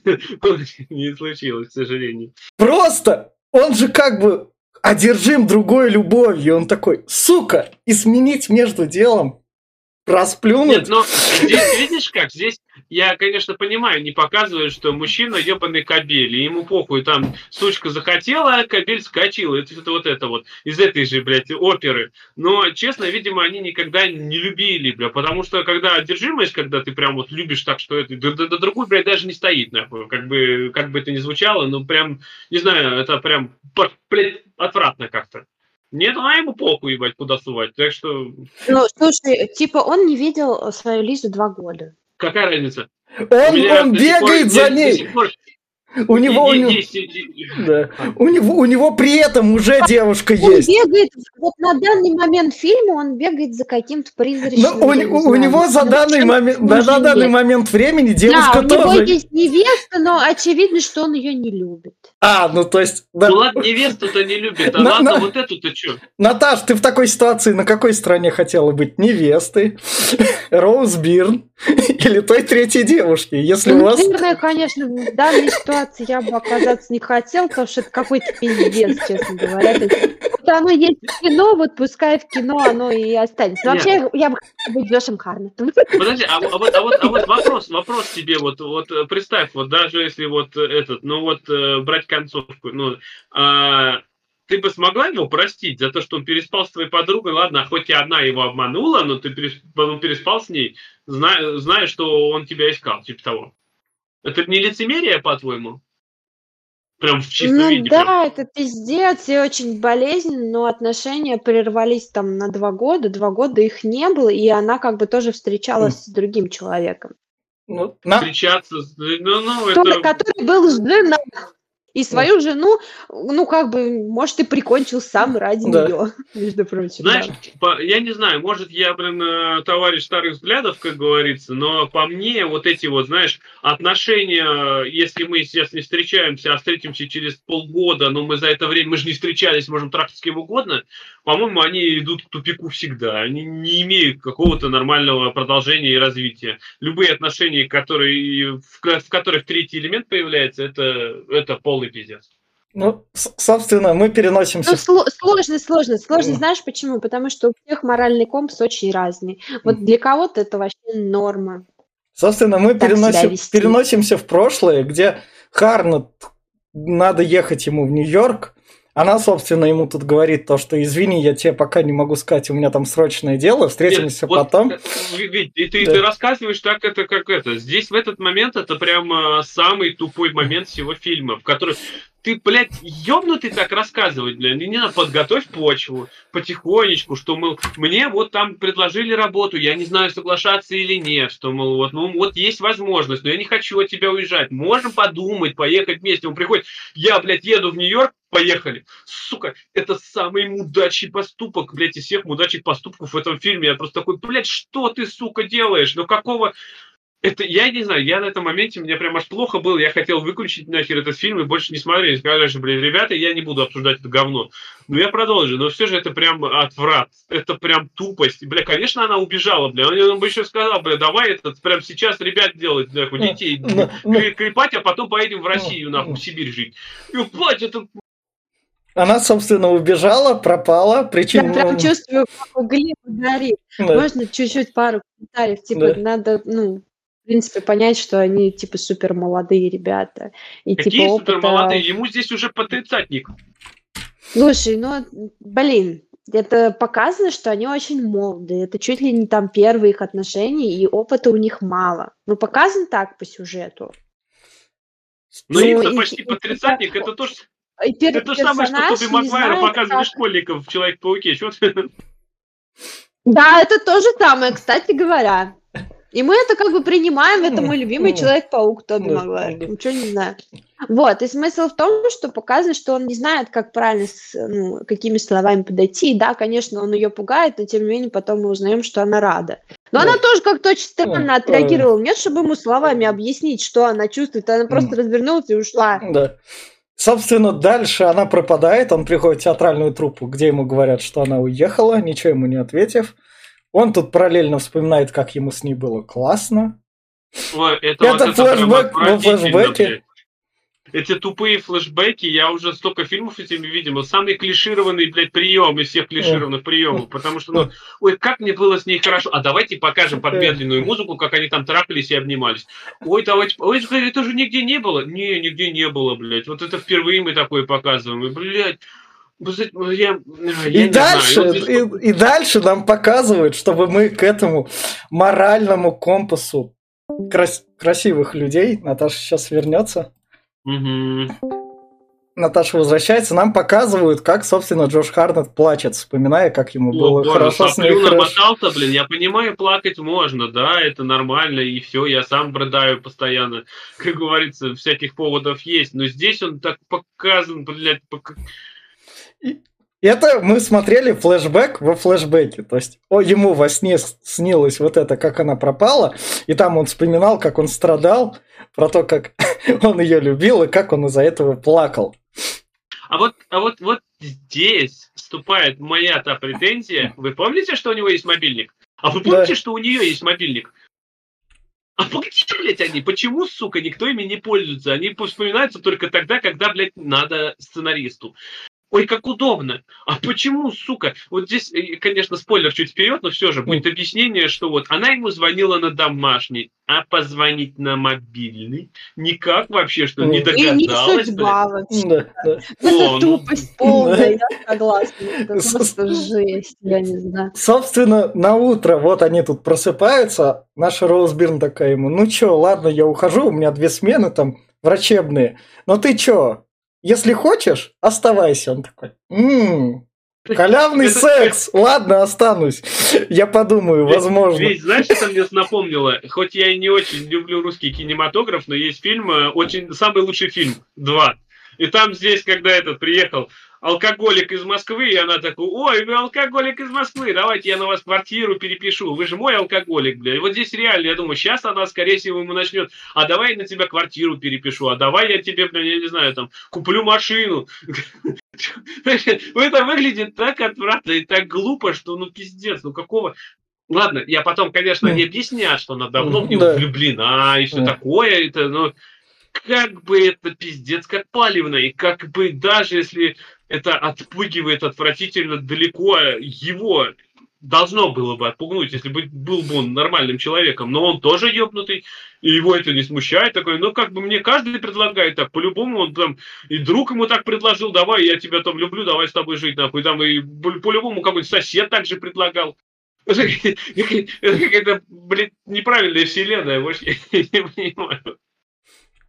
не случилось, к сожалению. Просто он же как бы одержим другой любовью. Он такой, сука, и сменить между делом. Расплюнуть? Нет, но здесь, видишь как, здесь я, конечно, понимаю, не показывают, что мужчина ебаный кобель, и ему похуй, там, сучка захотела, а кобель скачила, это, это вот это вот, из этой же, блядь, оперы. Но, честно, видимо, они никогда не любили, бля, потому что, когда одержимость, когда ты прям вот любишь так, что это, до, до, до другой, блядь, даже не стоит, нахуй, как бы, как бы это ни звучало, но прям, не знаю, это прям, блядь, отвратно как-то. Нет, она ему похуй, ебать, куда сувать, так что... Ну, слушай, типа он не видел свою Лизу два года. Какая разница? Он, он бегает за ней. У него, у, него, да. у, него, у него при этом уже девушка он есть. Бегает, вот на данный момент фильма он бегает за каким-то призрачным... Но у, у, у него за данный, момент, да, на данный момент времени девушка да, тоже... у него есть невеста, но очевидно, что он ее не любит. А, ну то есть... Да. Ну ладно, невесту-то не любит, а на, ладно, на... вот эту-то что? Наташ, ты в такой ситуации на какой стороне хотела быть? Невесты, Роуз Бирн или той третьей девушки? Если ну, у вас... Наверное, конечно, в данной ситуации я бы оказаться не хотел, потому что это какой-то пиздец, честно говоря. Вот оно есть в кино, вот пускай в кино оно и останется. Но вообще я, я бы хотела быть Джошем Харнетом. Подожди, а, а, вот, а, вот, а вот вопрос, вопрос тебе, вот, вот представь, вот даже если вот этот, ну вот брать концовку, ну, а, ты бы смогла его простить за то, что он переспал с твоей подругой, ладно, хоть и одна его обманула, но ты переспал, переспал с ней, зная, зная, что он тебя искал, типа того. Это не лицемерие, по-твоему? Прям в чистом ну, виде. Да, прям. это пиздец и очень болезненно, но отношения прервались там на два года, два года их не было, и она как бы тоже встречалась mm. с другим человеком. Ну, Встречаться с... Ну, ну, который, это... который был женат. И свою mm. жену, ну, как бы, может, и прикончил сам ради да. нее, между прочим. Знаешь, да. по, я не знаю, может, я, блин, товарищ старых взглядов, как говорится, но по мне вот эти вот, знаешь, отношения, если мы сейчас не встречаемся, а встретимся через полгода, но мы за это время, мы же не встречались, можем трахать с кем угодно, по-моему, они идут к тупику всегда. Они не имеют какого-то нормального продолжения и развития. Любые отношения, которые, в, в которых третий элемент появляется, это, это полный пиздец. Ну, собственно, мы переносимся... Ну, сложно, сложно, сложно. Знаешь почему? Потому что у всех моральный компас очень разный. Вот для кого-то это вообще норма. Собственно, мы переносим, переносимся в прошлое, где Харнет, надо ехать ему в Нью-Йорк. Она, собственно, ему тут говорит то, что извини, я тебе пока не могу сказать, у меня там срочное дело, встретимся Нет, потом. Вот, и ты, да. ты рассказываешь так, это как это. Здесь в этот момент это прям самый тупой момент всего фильма, в который ты, блядь, ёбнутый так рассказывать, блядь. Не надо, подготовь почву потихонечку, что, мол, мне вот там предложили работу, я не знаю, соглашаться или нет, что, мол, вот, ну, вот есть возможность, но я не хочу от тебя уезжать. Можем подумать, поехать вместе. Он приходит, я, блядь, еду в Нью-Йорк, поехали. Сука, это самый мудачий поступок, блядь, из всех мудачьих поступков в этом фильме. Я просто такой, блядь, что ты, сука, делаешь? Ну, какого... Это, я не знаю, я на этом моменте, мне прям аж плохо было, я хотел выключить нахер этот фильм и больше не смотреть. Сказали, что, блин, ребята, я не буду обсуждать это говно. Но я продолжу, но все же это прям отврат, это прям тупость. Бля, конечно, она убежала, бля, он бы еще сказал, бля, давай этот прям сейчас ребят делать, нахуй, детей клепать, а потом поедем в Россию, нахуй, в Сибирь жить. И, блядь, это... Она, собственно, убежала, пропала, причем... Я прям чувствую, как угли горит. Да. Можно чуть-чуть пару комментариев, типа, да. Надо, ну... В принципе, понять, что они, типа, супер молодые ребята. И, Какие типа, супер молодые? Ему здесь уже по тридцатник. Слушай, ну, блин, это показано, что они очень молодые. Это чуть ли не там первые их отношения, и опыта у них мало. Ну, показано так по сюжету. Но ну, им-то почти и, по тридцатник, это то, что... Это то же самое, что Тоби Магуайру показывали как... школьников в Человек-пауке. Да, это то же самое, кстати говоря. И мы это как бы принимаем, это мой любимый Человек-паук Тоби Магуайр. Ничего не знаю. Вот, и смысл в том, что показано, что он не знает, как правильно, с, ну, какими словами подойти. И да, конечно, он ее пугает, но тем не менее потом мы узнаем, что она рада. Но да. Она тоже как-то очень странно отреагировала. Нет, чтобы ему словами объяснить, что она чувствует. Она просто развернулась и ушла. Да. Собственно, дальше она пропадает, он приходит в театральную труппу, где ему говорят, что она уехала, ничего ему не ответив. Он тут параллельно вспоминает, как ему с ней было классно. Ой, это это вот флешбэк это во флешбеке. Эти тупые флешбеки, я уже столько фильмов этими видел. Самый клишированный, блядь, прием из всех клишированных приемов. Потому что, ну, ой, как мне было с ней хорошо. А давайте покажем под медленную музыку, как они там трахались и обнимались. Ой, давайте, ой, это же нигде не было. Не, нигде не было, блядь. Вот это впервые мы такое показываем. И, блядь, я, я и, дальше, вот здесь... и, и дальше нам показывают, чтобы мы к этому моральному компасу крас- красивых людей, Наташа сейчас вернется, угу. Наташа возвращается, нам показывают, как, собственно, Джош Харнетт плачет, вспоминая, как ему О, было боже, хорошо с ней. Намотался, блин, я понимаю, плакать можно, да, это нормально, и все, я сам бродаю постоянно, как говорится, всяких поводов есть, но здесь он так показан, блядь, пок... Это мы смотрели флешбэк во флешбеке. То есть о, ему во сне снилось вот это, как она пропала, и там он вспоминал, как он страдал, про то, как он ее любил, и как он из-за этого плакал. А вот, а вот, вот здесь вступает моя та претензия. Вы помните, что у него есть мобильник? А вы помните, да. что у нее есть мобильник? А погоди, блядь, они, почему, сука, никто ими не пользуется? Они вспоминаются только тогда, когда, блядь, надо сценаристу. Ой, как удобно. А почему, сука? Вот здесь, конечно, спойлер чуть вперед, но все же будет объяснение, что вот она ему звонила на домашний, а позвонить на мобильный никак вообще, что не догадалась. И не судьба вообще. Да, да. Это О, тупость ну... полная, я согласна. Это просто жесть, я не знаю. Собственно, на утро вот они тут просыпаются, наша Роуз Бирн такая ему, ну чё, ладно, я ухожу, у меня две смены там врачебные, но ты чё? Если хочешь, оставайся. Он такой, м-м, халявный секс, ладно, останусь. Я подумаю, возможно. Ведь, знаешь, что мне напомнило? Хоть я и не очень люблю русский кинематограф, но есть фильм, очень самый лучший фильм, два. И там здесь, когда этот приехал алкоголик из Москвы, и она такая, ой, вы алкоголик из Москвы, давайте я на вас квартиру перепишу, вы же мой алкоголик, бля. И вот здесь реально, я думаю, сейчас она, скорее всего, ему начнет, а давай я на тебя квартиру перепишу, а давай я тебе, бля, я не знаю, там, куплю машину. Это выглядит так отвратно и так глупо, что, ну, пиздец, ну, какого... Ладно, я потом, конечно, не объяснят, что она давно в него влюблена и все такое, это, но... Как бы это пиздец, как палевно, и как бы даже если это отпугивает отвратительно далеко, его должно было бы отпугнуть, если бы был бы он нормальным человеком, но он тоже ёбнутый, и его это не смущает, такой, ну как бы мне каждый предлагает так, по-любому он там, и друг ему так предложил, давай, я тебя там люблю, давай с тобой жить, нахуй, там, и по-любому какой-то сосед так же предлагал. Это какая-то, блин, неправильная вселенная, вообще, я не понимаю.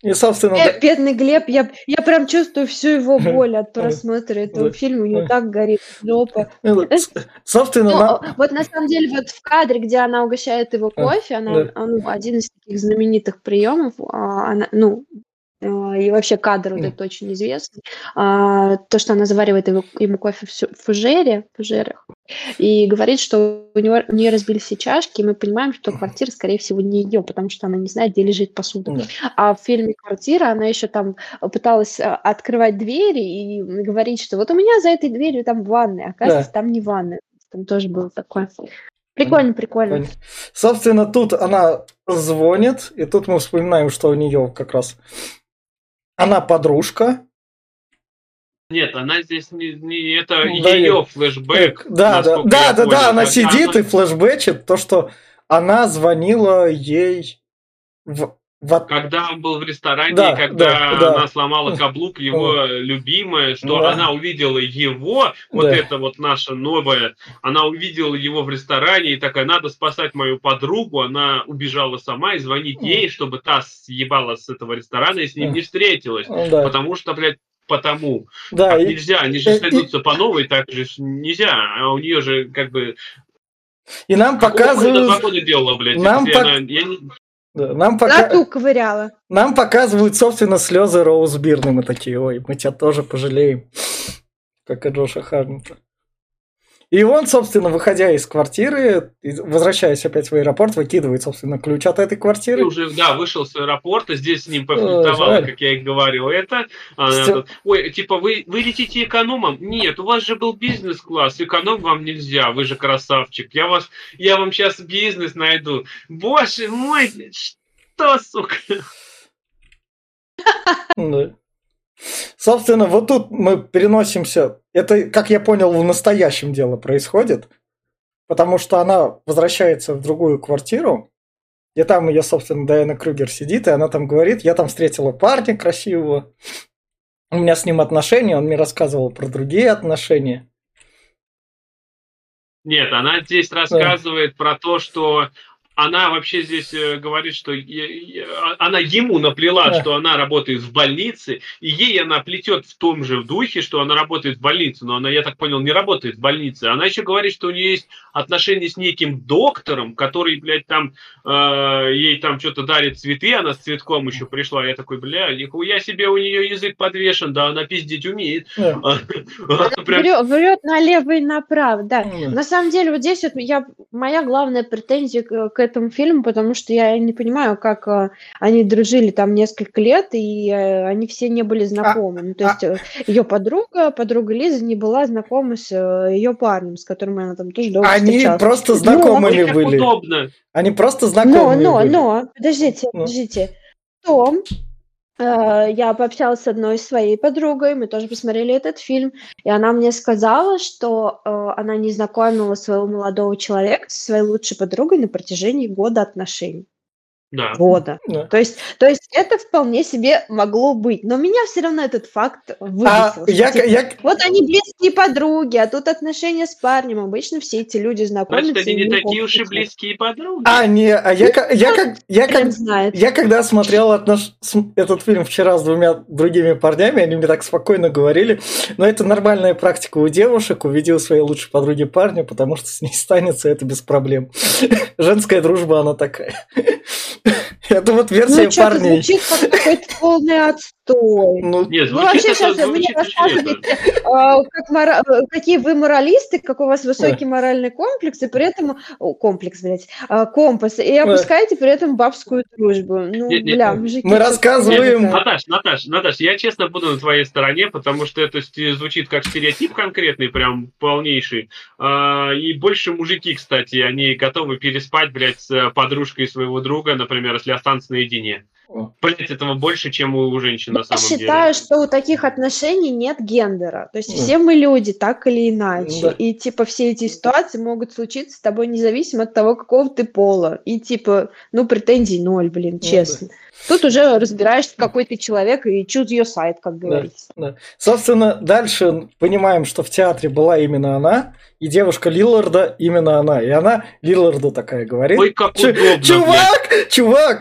И, собственно... Э, бедный Глеб, я, я прям чувствую всю его боль от просмотра этого фильма, у него так горит жопа. Собственно... Ну, на- вот на самом деле, вот в кадре, где она угощает его кофе, она, да. ну, один из таких знаменитых приемов, а, она, ну, а, и вообще кадр вот М. этот очень известный, а, то, что она заваривает его, ему кофе в сю- фужере, фужерах, и говорит, что у, него, у нее разбились все чашки, и мы понимаем, что квартира, скорее всего, не ее, потому что она не знает, где лежит посуда. Да. А в фильме «Квартира» она еще там пыталась а, открывать двери и говорить, что вот у меня за этой дверью там ванная, оказывается, Да. там не ванная. Там тоже было такое. Прикольно, прикольно. Понятно. Собственно, тут она звонит, и тут мы вспоминаем, что у нее как раз она подружка. Нет, она здесь не, не это Ну, да, ее я- флешбэк. Да, да, насколько да, я да, понял. да, она Хотя сидит она- и флешбэчит то, что она звонила ей в, в от- Когда он был в ресторане, Да, и когда да, да. она сломала каблук, его любимая, что Да. она увидела его, вот Да. это вот наша новая, она увидела его в ресторане и такая, надо спасать мою подругу, она убежала сама и звонит ей, чтобы та съебала с этого ресторана и с ним не встретилась, Да. потому что, блядь, потому. Да, Так и- нельзя, они же и- сойдутся по новой, так же ж нельзя, а у нее же как бы... и нам Какого хуя она два показывают, года делала, блядь? Нам если пок- она- я не- да, нам, пока... Лату ковыряла. нам показывают, собственно, слезы Роуз Бирны. Мы такие, ой, мы тебя тоже пожалеем, как и Джоша Харнета. И он, собственно, выходя из квартиры, и возвращаясь опять в аэропорт, выкидывает, собственно, ключ от этой Ты квартиры. уже, да, вышел с аэропорта, здесь с ним пофлиртовала, жаль. как я и говорил, это. Она Всё. тут, ой, типа, вы, вы летите экономом? Нет, у вас же был бизнес-класс, эконом вам нельзя, вы же красавчик. Я, вас, я вам сейчас бизнес найду. Боже мой, что, сука? Да. Собственно, вот тут мы переносимся. Это, как я понял, в настоящем дело происходит. Потому что она возвращается в другую квартиру. И там ее, собственно, Дайана Крюгер сидит, и она там говорит, я там встретила парня красивого. У меня с ним отношения, он мне рассказывал про другие отношения. Нет, она здесь рассказывает про то, что она вообще здесь э, говорит, что е- е- она ему наплела, Да. что она работает в больнице, и ей она плетет в том же духе, что она работает в больнице, но она, я так понял, не работает в больнице. Она еще говорит, что у нее есть отношения с неким доктором, который, блядь, там э, ей там что-то дарит цветы, она с цветком еще пришла. Я такой, бля, нихуя себе у нее язык подвешен, да, она пиздить умеет. Да. Она прям- Врет, врет налево и направо, да. Да. На самом деле, вот здесь вот я, моя главная претензия к, к этому фильму, потому что я не понимаю, как э, они дружили там несколько лет, и э, они все не были знакомы. Ну, то а- есть ее подруга, подруга Лиза не была знакома с ее парнем, с которым она там тоже долго Они встречалась. просто Ну, знакомыми Ой, как были. удобно. Они просто Но, знакомыми но, были. но, подождите, Ну. подождите. Том, э, я пообщалась с одной своей подругой, мы тоже посмотрели этот фильм, и она мне сказала, что э, она не знакомила своего молодого человека со своей лучшей подругой на протяжении года отношений. Да. Года. Да. То есть, то есть это вполне себе могло быть. Но меня все равно этот факт А выбесил. что, я, типа, я, вот они близкие подруги, а тут отношения с парнем. Обычно все эти люди знакомятся. Значит, они и не у них такие уж и общий человек. близкие подруги. а, не, а я, ка- я, как, я, как, Хрен знает. я когда смотрел отнош- с- этот фильм вчера с двумя другими парнями, они мне так спокойно говорили, но это нормальная практика у девушек, уведи у своей лучшей подруги парня, потому что с ней станется это без проблем. Женская дружба, она такая. Это вот версия Ну, что-то парней. звучит как какой-то полный отстой. Ну, Нет, Ну, звучит вообще, это, сейчас вы мне звучит очень это. рассказываете, а, как мора- э, какие вы моралисты, как у вас высокий моральный комплекс, и при этом... О, комплекс, блядь. а, Компас. И опускаете при этом бабскую дружбу. Ну, Нет, нет, бля, нет. мужики... Мы всё рассказываем- понятно. Наташ, Наташ, Наташ, я честно буду на твоей стороне, потому что это сте- звучит как стереотип конкретный, прям полнейший. А, И больше мужики, кстати, они готовы переспать, блядь, с подружкой своего друга, например, если останутся наедине. Блядь, этого больше, чем у женщин на Я самом считаю, деле. что у таких отношений нет гендера. То есть Ну. все мы люди, так или иначе. Да. И типа все эти ситуации могут случиться с тобой независимо от того, какого ты пола. И типа, ну, претензий ноль, блин, Ну честно. Тут уже разбираешься, какой ты человек, и choose your side, как говорится. да. Собственно, дальше понимаем, что в театре была именно она, и девушка Лилларда именно она. И она Лилларду такая говорит. Ой, как «Чу- удобно, блядь. Чувак, чувак,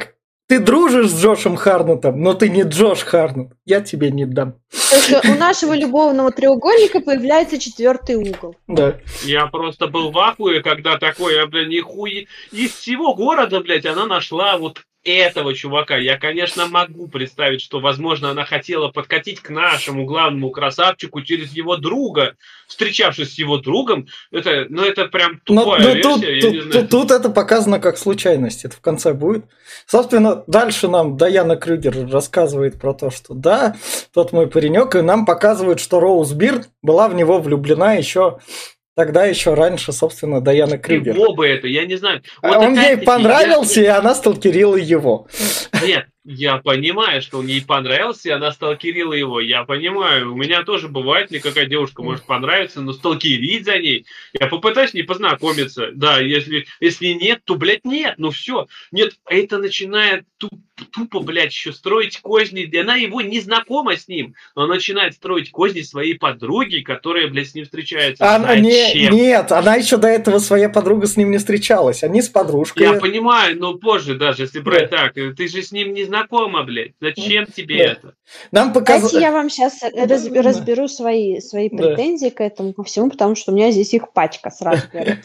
ты дружишь с Джошем Харнетом, но ты не Джош Харнет. Я тебе не дам. То есть у нашего любовного треугольника появляется четвертый угол. Да. Я просто был в ахуе, когда такое, бля, нихуя... Из всего города, блядь, она нашла вот этого чувака. Я, конечно, могу представить, что, возможно, она хотела подкатить к нашему главному красавчику через его друга, встречавшись с его другом. Это, ну, это прям тупая но, но версия, тут, я тут, не знаю. Тут, тут это показано как случайность. Это в конце будет. Собственно, дальше нам Дайана Крюгер рассказывает про то, что да, тот мой паренек, и нам показывают, что Роуз Бирн была в него влюблена еще... Тогда еще раньше, собственно, Дайана Крюгер. Чего бы это? Я не знаю. Вот Он ей понравился, я... и она сталкерила его. Нет, я понимаю, что он ей понравился, и она сталкерила его. Я понимаю. У меня тоже бывает, мне какая девушка может понравиться, но сталкерить за ней. Я попытаюсь не познакомиться. Да, если, если нет, то, блядь, нет. Ну все. Нет, это начинает туп, тупо, блядь, еще строить козни. Она его не знакома с ним, но она начинает строить козни своей подруги, которая, блядь, с ним встречается. Она, не, нет, она еще до этого своя подруга с ним не встречалась. Они с подружкой. Я понимаю, но позже даже, если брать да. так, ты же с ним не знакома, блядь. Зачем тебе да. это? Нам показ... Давайте я вам сейчас раз, разберу свои, свои претензии да. к этому ко всему, потому что у меня здесь их пачка сразу.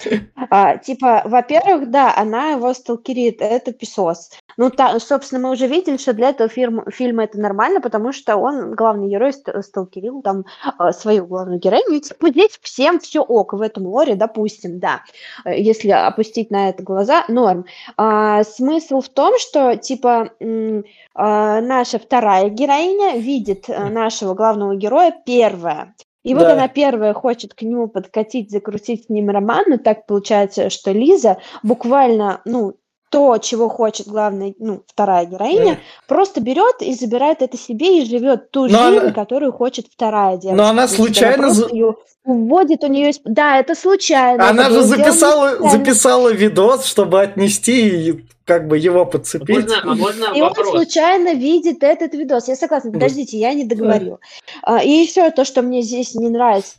а, типа, во-первых, да, она его сталкерит, это писос. Ну, та, собственно, мы уже видели, что для этого фильма, фильма это нормально, потому что он, главный герой, сталкерил там свою главную героиню. И типа, здесь всем все ок в этом лоре, допустим, да. Если опустить на это глаза, норм. А, смысл в том, что, типа, м- а, наша вторая героиня видит нашего главного героя первая. И да. вот она первая хочет к нему подкатить, закрутить с ним роман, но так получается, что Лиза буквально, ну, то, чего хочет главная, ну, вторая героиня, mm. просто берет и забирает это себе и живет ту но жизнь, она... которую хочет вторая девушка. Но она случайно... Она ее уводит, у нее... Да, это случайно. Она это же записала, записала видос, чтобы отнести и как бы его подцепить. Можно, а можно и вопрос? он случайно видит этот видос. Я согласна. Подождите, я не договорила. Mm. И еще то, что мне здесь не нравится.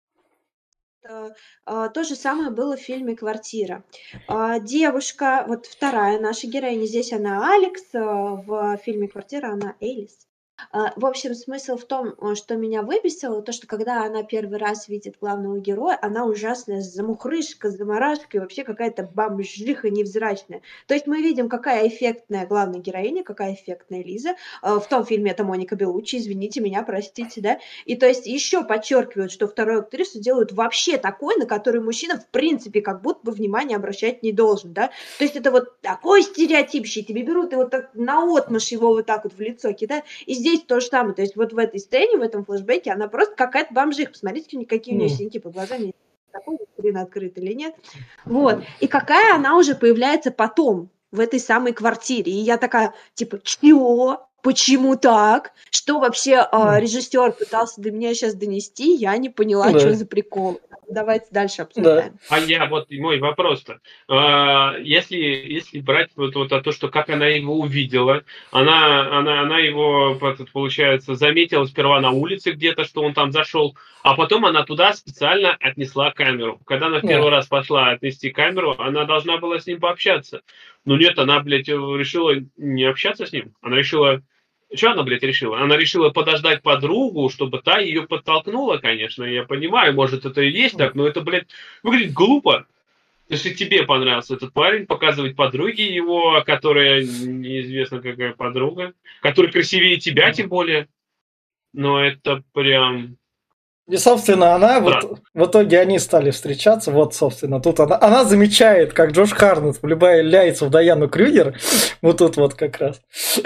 То же самое было в фильме «Квартира». Девушка, вот вторая наша героиня, здесь она Алекс, в фильме «Квартира» она Элис. В общем, смысл в том, что меня выбесило, то, что когда она первый раз видит главного героя, она ужасная замухрышка, заморашка и вообще какая-то бомжиха невзрачная. То есть мы видим, какая эффектная главная героиня, какая эффектная Лиза. В том фильме это Моника Беллуччи, извините меня, простите, да. И то есть еще подчеркивают, что вторую актрису делают вообще такой, на который мужчина в принципе как будто бы внимание обращать не должен, да. То есть это вот такой стереотипщий, тебе берут и вот так наотмашь его вот так вот в лицо кидают. И здесь то же самое, то есть вот в этой сцене, в этом флешбеке, она просто какая-то бомжиха. Посмотрите, какие у нее синяки под глазами, такой скрин открыт или нет. Вот. И какая она уже появляется потом в этой самой квартире. И я такая, типа, чего? Почему так? Что вообще э, режиссер пытался до меня сейчас донести? Я не поняла, да. что за прикол. Давайте дальше обсуждаем. Да. А я вот мой вопрос-то. А, если, если брать вот, вот то, что как она его увидела, она, она, она его, получается, заметила сперва на улице где-то, что он там зашел, а потом она туда специально отнесла камеру. Когда она в первый да. раз пошла отнести камеру, она должна была с ним пообщаться. Но нет, она, блядь, решила не общаться с ним. Она решила... Что она, блядь, решила? Она решила подождать подругу, чтобы та ее подтолкнула, конечно. Я понимаю, может, это и есть так, но это, блядь, выглядит глупо. Если тебе понравился этот парень, показывать подруге его, которая неизвестно какая подруга, которая красивее тебя, тем более. Но это прям... И, собственно, она, вот, в итоге они стали встречаться, вот, собственно, тут она, она замечает, как Джош Харнет влюбляется в Дайану Крюгер, вот тут вот как раз.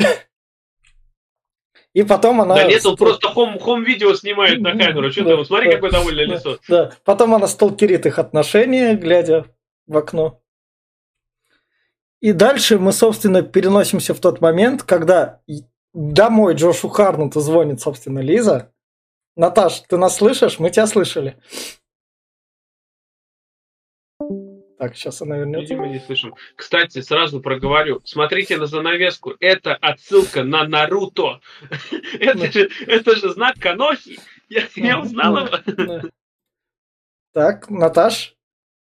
И потом она... Да нет, он просто хом-видео снимает на камеру. Что да, ты, смотри, да, какое довольное да, лицо. Да, потом она сталкерит их отношения, глядя в окно. И дальше мы, собственно, переносимся в тот момент, когда домой Джошу Харнету звонит, собственно, Лиза. Наташ, ты нас слышишь? Мы тебя слышали. Так, сейчас она вернется. Видимо, не слышим. Кстати, сразу проговорю. Смотрите на занавеску. Это отсылка на Наруто. Это же, это же знак Канохи. Я, я узнал его. Так, Наташ.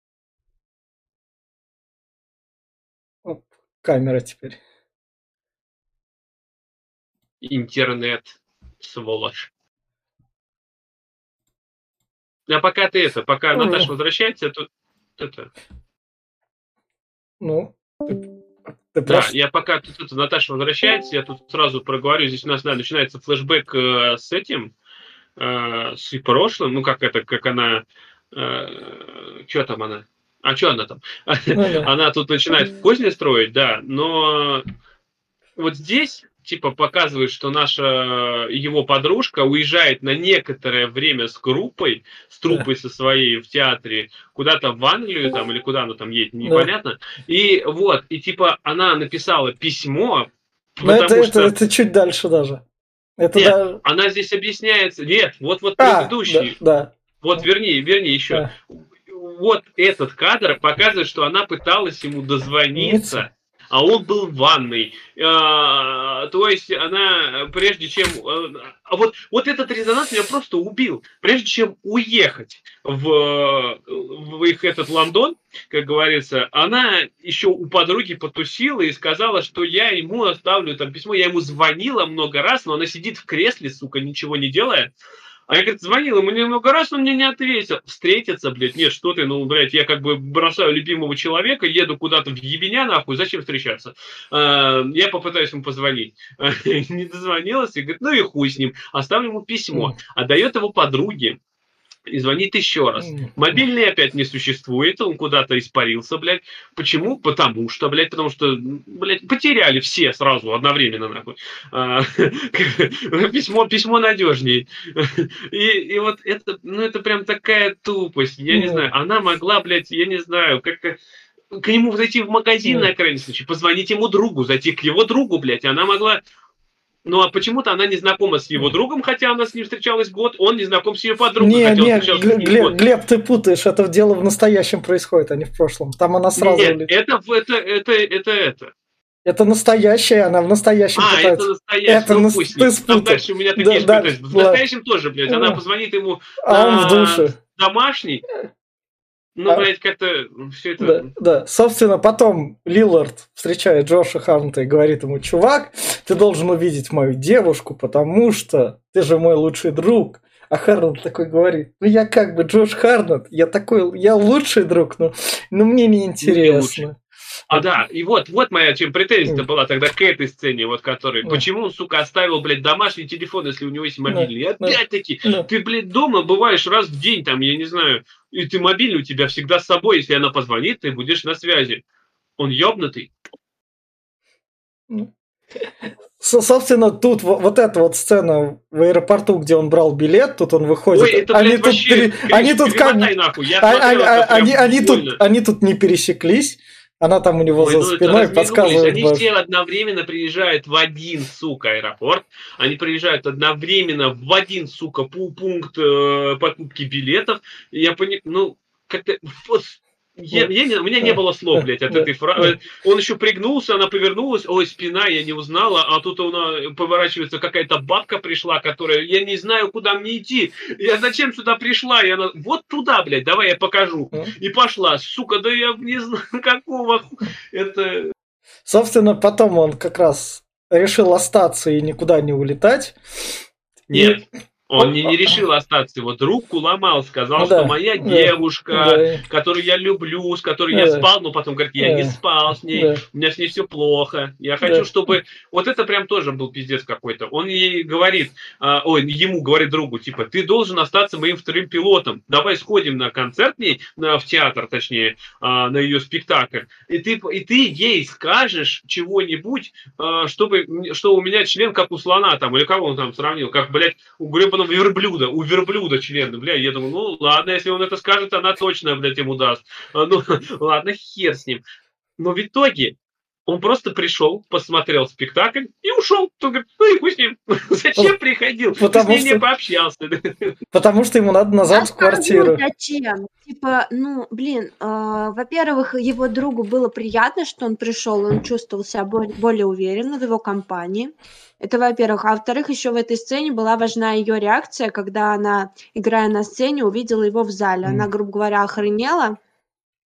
Оп, камера теперь. интернет, сволочь. А пока ты это, пока Ну, Наташа возвращается, тут это... Ну, ты, ты Да, прав. я пока тут это, Наташа возвращается, я тут сразу проговорю, здесь у нас да, начинается флешбэк э, с этим, э, с прошлым, ну как это, как она, э, что там она? А что она там? Ну, да. Она тут начинает козни строить, да, но вот здесь типа показывает, что наша его подружка уезжает на некоторое время с группой, с труппой со своей в театре, куда-то в Англию там или куда она там едет, непонятно. И вот, и типа она написала письмо, Но это, потому это, что... это чуть дальше даже. Это Нет, даже... она здесь объясняется. Нет, вот вот А, предыдущий. да, да. Вот верни, верни еще. Да. Вот этот кадр показывает, что она пыталась ему дозвониться, а он был в ванной. А, то есть она, прежде чем... А вот, вот этот резонанс меня просто убил. Прежде чем уехать в, в их этот Лондон, как говорится, она еще у подруги потусила и сказала, что я ему оставлю там письмо. Я ему звонила много раз, но она сидит в кресле, сука, ничего не делая. А я, говорит, звонил ему немного раз, он мне не ответил. Встретиться, блядь, нет, что ты, ну, блядь, я как бы бросаю любимого человека, еду куда-то в ебеня, нахуй, зачем встречаться? А, я попытаюсь ему позвонить. Не дозвонилась, и говорит, ну и хуй с ним, оставлю ему письмо. Отдает его подруге. И звонит еще раз. Мобильный опять не существует, он куда-то испарился, блядь. Почему? Потому что, блядь, потому что, блядь, потеряли все сразу, одновременно, нахуй. А, письмо, письмо надежнее. И, и вот это, ну, это прям такая тупость, я не знаю. Она могла, блядь, я не знаю, как-то к нему зайти в магазин, на крайний случай, позвонить ему другу, зайти к его другу, блядь. Она могла... Ну, а почему-то она не знакома с его другом, хотя она с ним встречалась год, он не знаком с ее подругой, не, хотя не, он встречался Глеб, с ней год. Глеб, ты путаешь, это дело в настоящем происходит, а не в прошлом. Там она сразу... Нет, это, это, это, это, это. Это настоящее, она в настоящем а, пытается... это настоящее, это ну нас... пусть ты нет. Там дальше у меня такие да, же да, В настоящем да. тоже, блядь, она позвонит ему а он в душе. Домашний. Ну, а... блядь, как-то все это... Да, да. Собственно, потом Лиллард встречает Джоша Харнета и говорит ему: чувак, ты должен увидеть мою девушку, потому что ты же мой лучший друг. А Харнет такой говорит: ну я как бы Джош Харнет, я такой, я лучший друг, но, но мне не интересно. А да, и вот, вот моя чем претензия mm. была тогда к этой сцене, вот которой. Mm. Почему он, сука, оставил, блядь, домашний телефон, если у него есть мобильный? Mm. Опять-таки, mm. ты, блядь, дома бываешь раз в день, там, я не знаю, и ты мобильный у тебя всегда с собой, если она позвонит, ты будешь на связи. Он ёбнутый. Mm. Собственно, тут вот эта вот сцена в аэропорту, где он брал билет, тут он выходит. Ой, это, они блядь, тут, вообще, пере... они тут как нахуй. Я а, смотрел, а, это они, они, тут, больно. они тут не пересеклись. Она там у него Ой, за ну спиной подсказывает. Они все одновременно приезжают в один, сука, аэропорт. Они приезжают одновременно в один, сука, пункт э, покупки билетов. Я понимаю, ну, как-то... Я, я не, у меня не было слов, блядь, от этой фразы. Он еще пригнулся, она повернулась, ой, спина, я не узнала, а тут она поворачивается, какая-то бабка пришла, которая, я не знаю, куда мне идти, я зачем сюда пришла, и она, вот туда, блядь, давай я покажу. И пошла, сука, да я не знаю, какого, это... Собственно, потом он как раз решил остаться и никуда не улетать. Нет. И... Он не, не решил остаться, его руку ломал, сказал, ну, что да, моя да, девушка, да. которую я люблю, с которой да. я спал, но потом говорит, я да. не спал с ней, да. у меня с ней все плохо. Я хочу, да. чтобы... Вот это прям тоже был пиздец какой-то. Он ей говорит, а, ой, ему говорит другу, типа, ты должен остаться моим вторым пилотом, давай сходим на концерт ней, на, в театр, точнее, а, на ее спектакль, и ты, и ты ей скажешь чего-нибудь, а, чтобы, что у меня член как у слона там, или кого он там сравнил, как, блядь, у гребаного верблюда, у верблюда член, бля, я думаю, ну ладно, если он это скажет, она точно, блядь, ему даст. Ну, ладно, хер с ним. Но в итоге он просто пришел, посмотрел спектакль и ушел. Он говорит, ну и хуй с ним. Зачем приходил? Потому Ты с ней что... не пообщался. Потому что ему надо назад Я в квартиру. скажу, зачем. Типа, ну, блин, э, во-первых, его другу было приятно, что он пришел, он чувствовал себя более, более уверенно в его компании. Это, во-первых. А во-вторых, еще в этой сцене была важна ее реакция, когда она, играя на сцене, увидела его в зале. Она, грубо говоря, охренела.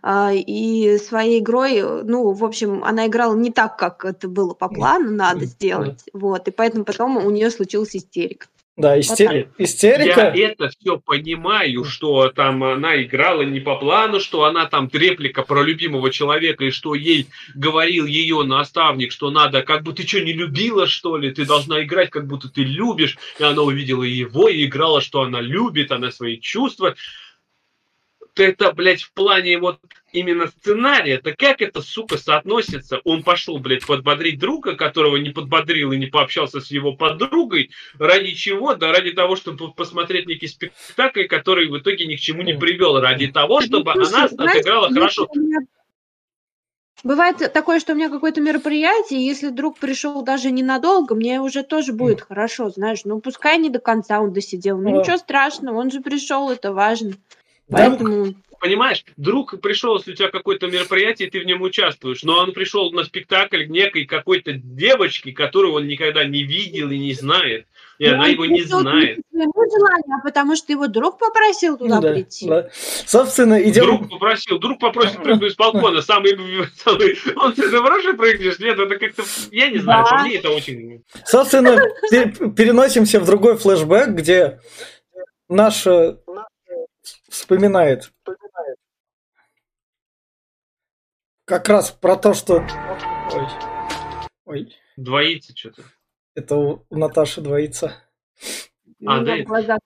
а, и своей игрой, ну, в общем, она играла не так, как это было по плану, надо Да. сделать, вот, и поэтому потом у нее случилась истерика. Да, Вот исте- так. Нет, я истерика. это все понимаю, что там она играла не по плану, что она там реплика про любимого человека, и что ей говорил ее наставник, что надо, как бы ты что, не любила, что ли? Ты должна играть, как будто ты любишь. И она увидела его и играла, что она любит, она свои чувства. Это, блядь, в плане вот именно сценария, то как это, сука, соотносится? Он пошел, блядь, подбодрить друга, которого не подбодрил и не пообщался с его подругой. Ради чего? Да ради того, чтобы посмотреть некий спектакль, который в итоге ни к чему не привел. Ради того, чтобы Ну, она слушай, знаешь, отыграла если хорошо. у меня- Бывает такое, что у меня какое-то мероприятие, и если друг пришел даже ненадолго, мне уже тоже будет хорошо, знаешь. Ну, пускай не до конца он досидел. Ну, Да. ничего страшного, он же пришел, это важно. Да. Поэтому Понимаешь, друг пришел, если у тебя какое-то мероприятие, и ты в нем участвуешь, но он пришел на спектакль некой какой-то девочки, которую он никогда не видел и не знает, и ну, она он его не пришел не знает. по своему желанию, а потому что его друг попросил туда Да, прийти. да. Собственно, идем. Друг попросил, друг попросит прыгнуть с балкона, самый, самый, он ты доброжи прыгнешь, нет, это как-то, я не знаю, Да. по мне это очень... Собственно, пе- переносимся в другой флешбэк, где наш э, вспоминает как раз про то, что... Ой, ой, Двоится что-то. это у у Наташи двоится. А, Ну, да, в глазах.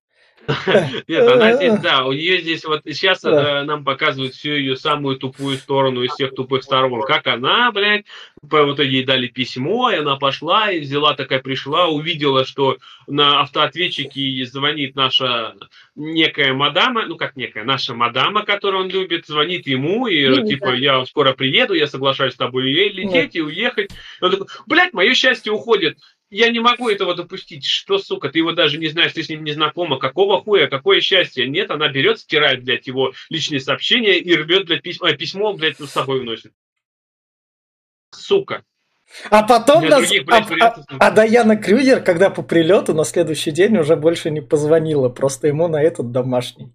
Нет, она здесь, да, у нее здесь вот сейчас Да. э, нам показывают всю ее самую тупую сторону из всех тупых сторон. Как она, блядь, по- вот ей дали письмо, и она пошла, и взяла такая, пришла, увидела, что на автоответчике ей звонит наша некая мадама, ну как некая, наша мадама, которую он любит, звонит ему, и Лиза. типа, я скоро приеду, я соглашаюсь с тобой и лететь, и уехать. И он такой, блядь, мое счастье уходит. Я не могу этого допустить. Что, сука, ты его даже не знаешь, ты с ним не знакома. Какого хуя, какое счастье? Нет, она берет, стирает, блядь, его личные сообщения и рвет, блядь, письмо, письмо, блядь, с собой уносит. Сука. А потом Для нас... других, а, блядь, а- вариантов нет. а Даяна Крюгер, когда по прилету на следующий день уже больше не позвонила, просто ему на этот домашний.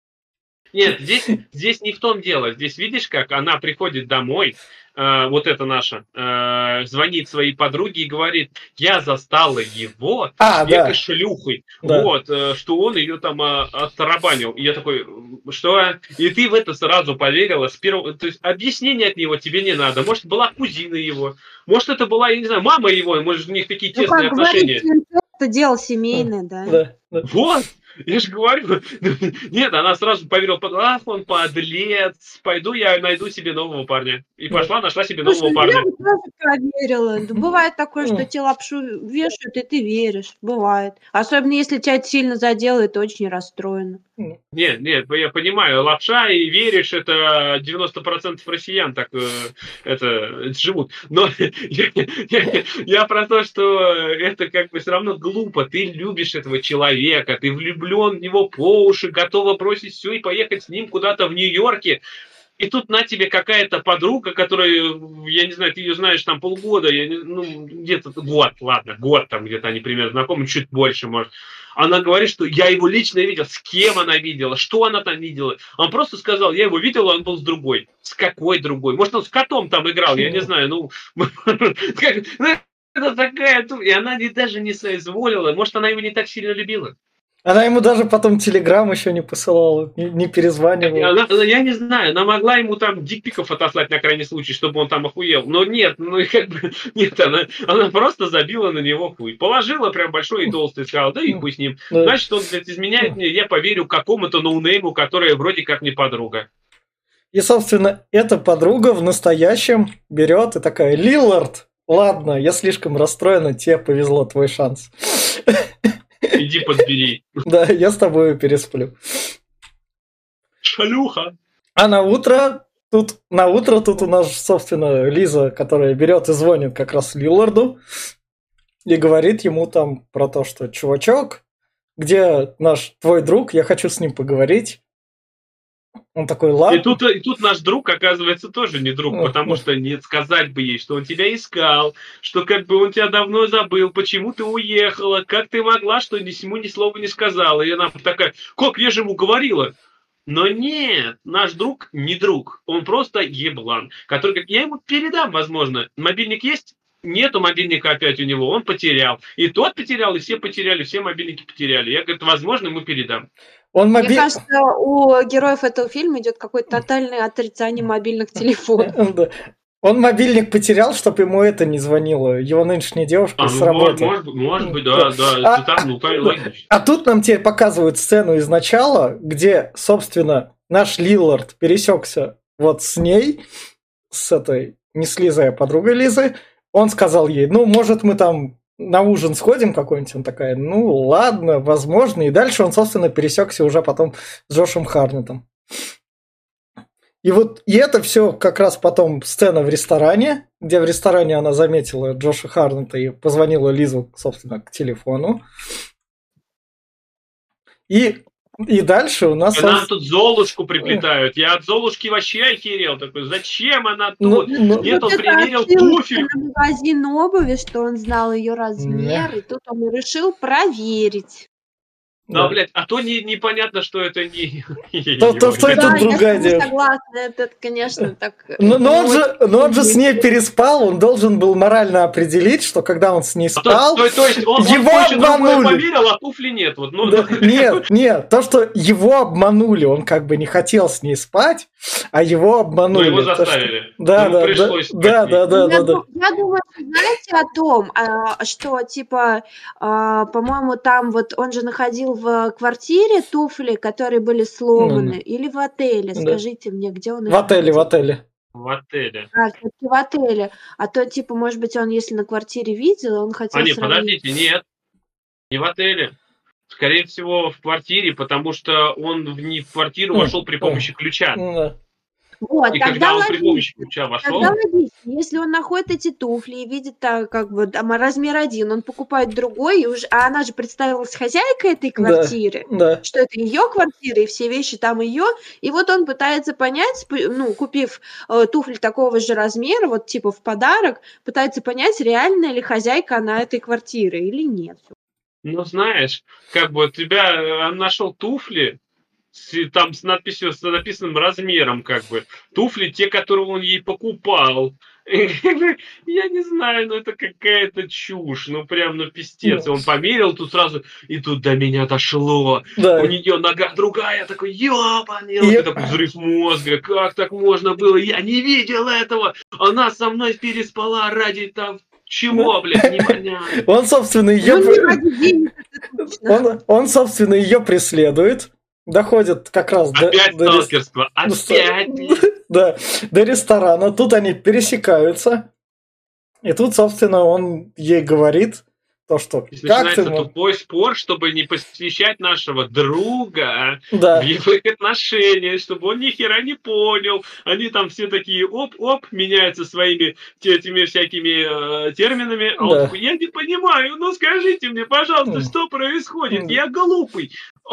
Нет, здесь, здесь не в том дело. Здесь видишь, как она приходит домой, э, вот эта наша, э, звонит своей подруге и говорит, я застала его А, с некой да. шлюхой, Да. вот, э, что он ее там э, оттарабанил. И я такой, что? И ты в это сразу поверила с первого... То есть объяснения от него тебе не надо. Может, была кузина его, может, это была, я не знаю, мама его, может, у них такие Ну, тесные как говорится, отношения. это дело семейное, да. Да, да. Вот, я же говорю. Нет, она сразу поверила, ах, он подлец, пойду я найду себе нового парня. И Да. пошла, нашла себе Слушай, нового ну я парня. бы тоже поверила. Да бывает такое, что М. тебе лапшу вешают, и ты веришь. Бывает. Особенно, если тебя это сильно задело, и ты очень расстроена. Нет, нет, я понимаю, лапша и веришь, это девяносто процентов россиян так э, это живут. Но я, я- я про то, что это как бы все равно глупо. Ты любишь этого человека, ты влюблен в него по уши, готова бросить все и поехать с ним куда-то в Нью-Йорке. И тут на тебе какая-то подруга, которая, я не знаю, ты ее знаешь там полгода, я не- ну, где-то год, ладно, год там где-то они примерно знакомы, чуть больше, может. Она говорит, что я его лично видел. С кем она видела? Что она там видела? Он просто сказал, я его видел, он был с другой. С какой другой? Может, он с котом там играл, я не знаю. Ну, как- ну, это такая... ту- И она не- даже не соизволила. Может, она его не так сильно любила. Она ему даже потом телеграм еще не посылала, не, не перезванивала. Она- она- я не знаю, она могла ему там дикпиков отослать на крайний случай, чтобы он там охуел. Но нет, ну как бы, нет, она, она просто забила на него хуй. Положила прям большой и толстый, сказала, да и хуй с ним. Да. Значит, он, блядь, изменяет мне, я поверю какому-то ноунейму, которая вроде как не подруга. И, собственно, эта подруга в настоящем берет и такая, Лиллард, ладно, я слишком расстроена, тебе повезло, твой шанс. Иди подбери. Да, я с тобой пересплю. Шалюха. А на утро, тут, на утро тут у нас, собственно, Лиза, которая берет и звонит как раз Лилларду и говорит ему там про то, что, чувачок, где наш твой друг, я хочу с ним поговорить. Он такой, ладно. И тут, и тут наш друг, оказывается, тоже не друг, Ох, потому ох. что не сказать бы ей, что он тебя искал, что как бы он тебя давно забыл, почему ты уехала, как ты могла, что ни ему ни слова не сказала. И она такая, как я же ему говорила? Но нет, наш друг не друг, он просто еблан, который говорит, я ему передам, возможно, мобильник есть? Нету мобильника опять у него, он потерял. И тот потерял, и все потеряли, все мобильники потеряли. Я говорю, возможно, ему передам. Он Мне моби... кажется, у героев этого фильма идет какое-то тотальное отрицание мобильных телефонов. Да. Он мобильник потерял, чтобы ему это не звонило. Его нынешняя девушка А, с ну, работы. может, быть, может быть, да, да. А, это так, ну, так логично. а тут нам теперь показывают сцену из начала, где, собственно, наш Лиллард пересекся вот с ней, с этой, не с Лизой, а подругой Лизы. Он сказал ей, ну, может, мы там на ужин сходим какой-нибудь? Она такая, ну, ладно, возможно. И дальше он, собственно, пересекся уже потом с Джошем Харнетом. И вот и это все как раз потом сцена в ресторане, где в ресторане она заметила Джоша Харнета и позвонила Лизу, собственно, к телефону. И, и дальше у нас... И нам тут Золушку приплетают. Я от Золушки вообще охерел. Такой, зачем она тут? Ну, ну, Нет, он это примерил отсылка туфель. на магазин обуви, что он знал ее размер, и тут он решил проверить. Да, Да. блядь, а то не, непонятно, что это не... То, то, что это Да, я другая с тобой девушка. согласна, это, конечно, так... Но, но, он ну, же, но он же с ней переспал, он должен был морально определить, что когда он с ней А спал, то, то, то есть он, его он кое-что другое обманули. поверил, а туфли нет. Вот, ну, Да, нет, нет, то, что его обманули, он как бы не хотел с ней спать, а его ну, обманули. его То, что- заставили. Да, Ему да, да, пришлось да, спасти. да, да, я, да, да. ду- я думаю, знаете о том, а, что, типа, а, по-моему, там вот он же находил в квартире туфли, которые были сломаны, Ну, или в отеле, да. скажите мне, где он их В отеле, в находил? отеле. В отеле. А, все-таки в отеле. А то, типа, может быть, он, если на квартире видел, он хотел А нет, сравнить. подождите, нет. Не в отеле. Скорее всего, в квартире, потому что он в, не в квартиру М, вошел при помощи ключа. Ну, да. Вот, И тогда когда он при логично. помощи ключа вошел, Тогда логично. Если он находит эти туфли и видит, так, как бы, там, размер один, он покупает другой, и уже, а она же представилась хозяйкой этой Да, квартиры, да. что это ее квартира, и все вещи там ее, и вот он пытается понять, п- ну, купив э, туфли такого же размера, вот типа в подарок, пытается понять, реальная ли хозяйка она этой квартиры или нет. ну, знаешь, как бы у тебя э, он нашел туфли, с, там с надписью, с написанным размером, как бы. Туфли, те, которые он ей покупал. Я не знаю, ну это какая-то чушь, ну прям, ну пиздец. И он померил тут сразу, и тут до меня дошло. Да. У нее нога другая, такой, ёбаный, И- рот, и такой взрыв мозга, как так можно было? Я не видел этого, она со мной переспала ради там чего, блядь, непонятно. Он, собственно, ее... Ну, не ради денег, это точно. Он, он, собственно, ее преследует. Доходит как раз до, Опять до, рес- сталкерство, опять, блядь. да, до ресторана. Тут они пересекаются. И тут, собственно, он ей говорит то, что Здесь как ты начинается мог... тупой спор, чтобы не посвящать нашего друга Да, в его отношения, чтобы он ни хера не понял. Они там все такие оп-оп, меняются своими те- этими всякими э, терминами. А он Да. такой, я не понимаю, ну скажите мне, пожалуйста, Мгм. что происходит? Мгм. Я глупый.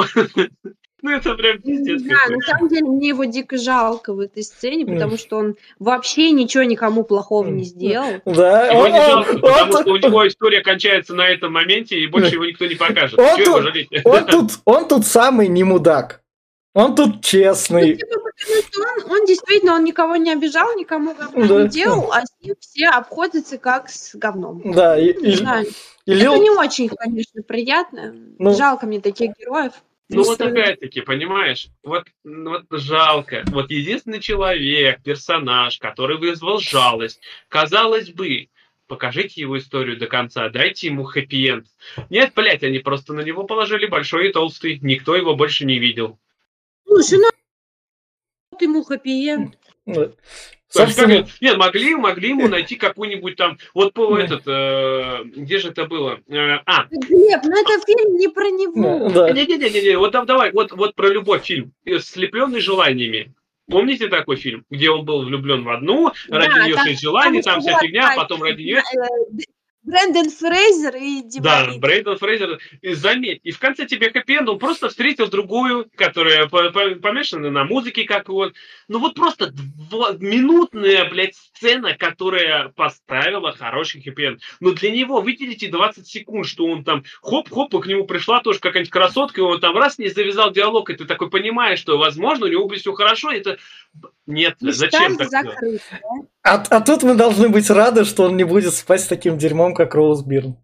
Ну это прям пиздец Да, какой. на самом деле мне его дико жалко в этой сцене, Мгм. потому что он вообще ничего никому плохого не сделал. да. Его он- не он- жалко, потому он- что у него история кончается на этом моменте, и больше его никто не покажет. Он Чего его тут- жалеть? Он тут, он тут самый не мудак. Он тут Ну, честный. типа, потому что он, он действительно, он никого не обижал, никому говна Да. не делал, а с ним все обходятся как с говном. Да, и, Не и- знаю. и Это Лил- не очень, конечно, приятно. Ну. Жалко мне таких героев. Ну вот Несправедливо. опять-таки, понимаешь, вот, ну, вот жалко. Вот единственный человек, персонаж, который вызвал жалость, казалось бы, покажите его историю до конца, дайте ему хэппи-энд. Нет, блядь, они просто на него положили большой и толстый, никто его больше не видел. Слушай, ну вот ему хэппи-энд. ну, То есть, как собственно, это? Нет, могли, могли ему найти какую-нибудь там, вот по Да. этот, э, где же это было? Э, а, Глеб, ну это фильм не про него. да. не-не-не, вот там давай, вот, вот про любой фильм, слепленный желаниями. Помните такой фильм, где он был влюблен в одну, ради Да, нее там- шесть желаний, потому там что вся вот, фигня, а, потом ради нее... э, Д- Брэндон Фрейзер и Да, Димарит. Брэндон Фрейзер. И заметь, и в конце тебе хэппи-энд, он просто встретил другую, которая по- по- помешана на музыке, как он. Ну вот просто дво- минутная, блядь, сцена, которая поставила хороший хэппи-энд. Но для него выделите двадцать секунд, что он там хоп-хоп, и к нему пришла тоже какая-нибудь красотка, и он там раз не завязал диалог, и ты такой понимаешь, что, возможно, у него будет все хорошо, и это... Нет, зачем Мечта так делать? закрыта. А, а тут мы должны быть рады, что он не будет спать с таким дерьмом, как Роуз Бирн.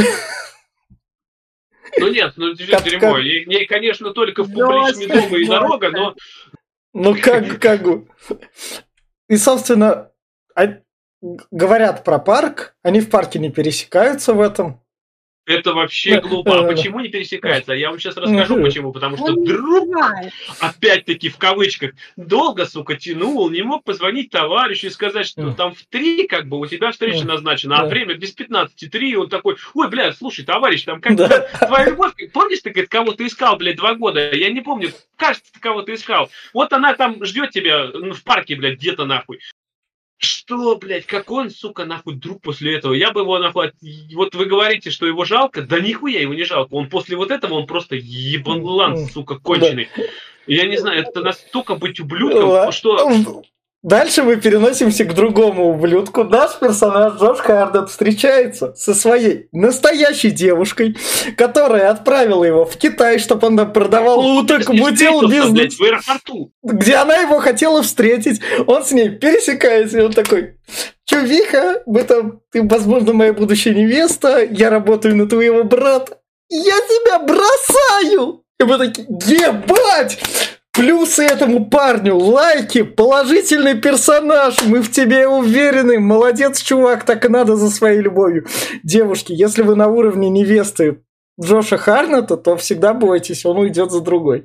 Ну нет, ну это Как- дерьмо. как- Ей, ей, конечно, только в Жёстко, публичный дом и жёстко. дорога, но Ну как, как бы. И, собственно, а- г- говорят про парк, они в парке не пересекаются в этом. это вообще Да, глупо. А да, да. почему не пересекается? Я вам сейчас расскажу, Мгм. почему. Потому что Он не друг, успевает. опять-таки, в кавычках, долго, сука, тянул, не мог позвонить товарищу и сказать, что Мгм. там в три, как бы, у тебя встреча Мгм. назначена, а Да. время без пятнадцати три, и он такой, ой, бля, слушай, товарищ, там как Да. бы твоя любовь, помнишь, ты, говорит, кого-то искал, блядь, два года? Я не помню, кажется, ты кого-то искал. Вот она там ждет тебя ну, в парке, блядь, где-то нахуй. Что, блядь, какой он, сука, нахуй друг после этого? Я бы его, нахуй, от- вот вы говорите, что его жалко, да нихуя его не жалко. Он после вот этого, он просто ебалан, Мгм. сука, конченый. Я не знаю, это настолько быть ублюдком, Ла- что... Дальше мы переносимся к другому ублюдку. Наш персонаж Джош Харднетт встречается со своей настоящей девушкой, которая отправила его в Китай, чтобы он там продавал уток, С ней мутил встретился, блядь, бизнес, в аэропорту. где она его хотела встретить. Он с ней пересекается, и он такой: чувиха, мы там, ты, возможно, моя будущая невеста, я работаю на твоего брата, я тебя бросаю! И мы такие: ебать! Плюсы этому парню, лайки, положительный персонаж, мы в тебе уверены, молодец, чувак, так и надо за своей любовью. Девушки, если вы на уровне невесты Джоша Харнетта, то всегда бойтесь, он уйдет за другой.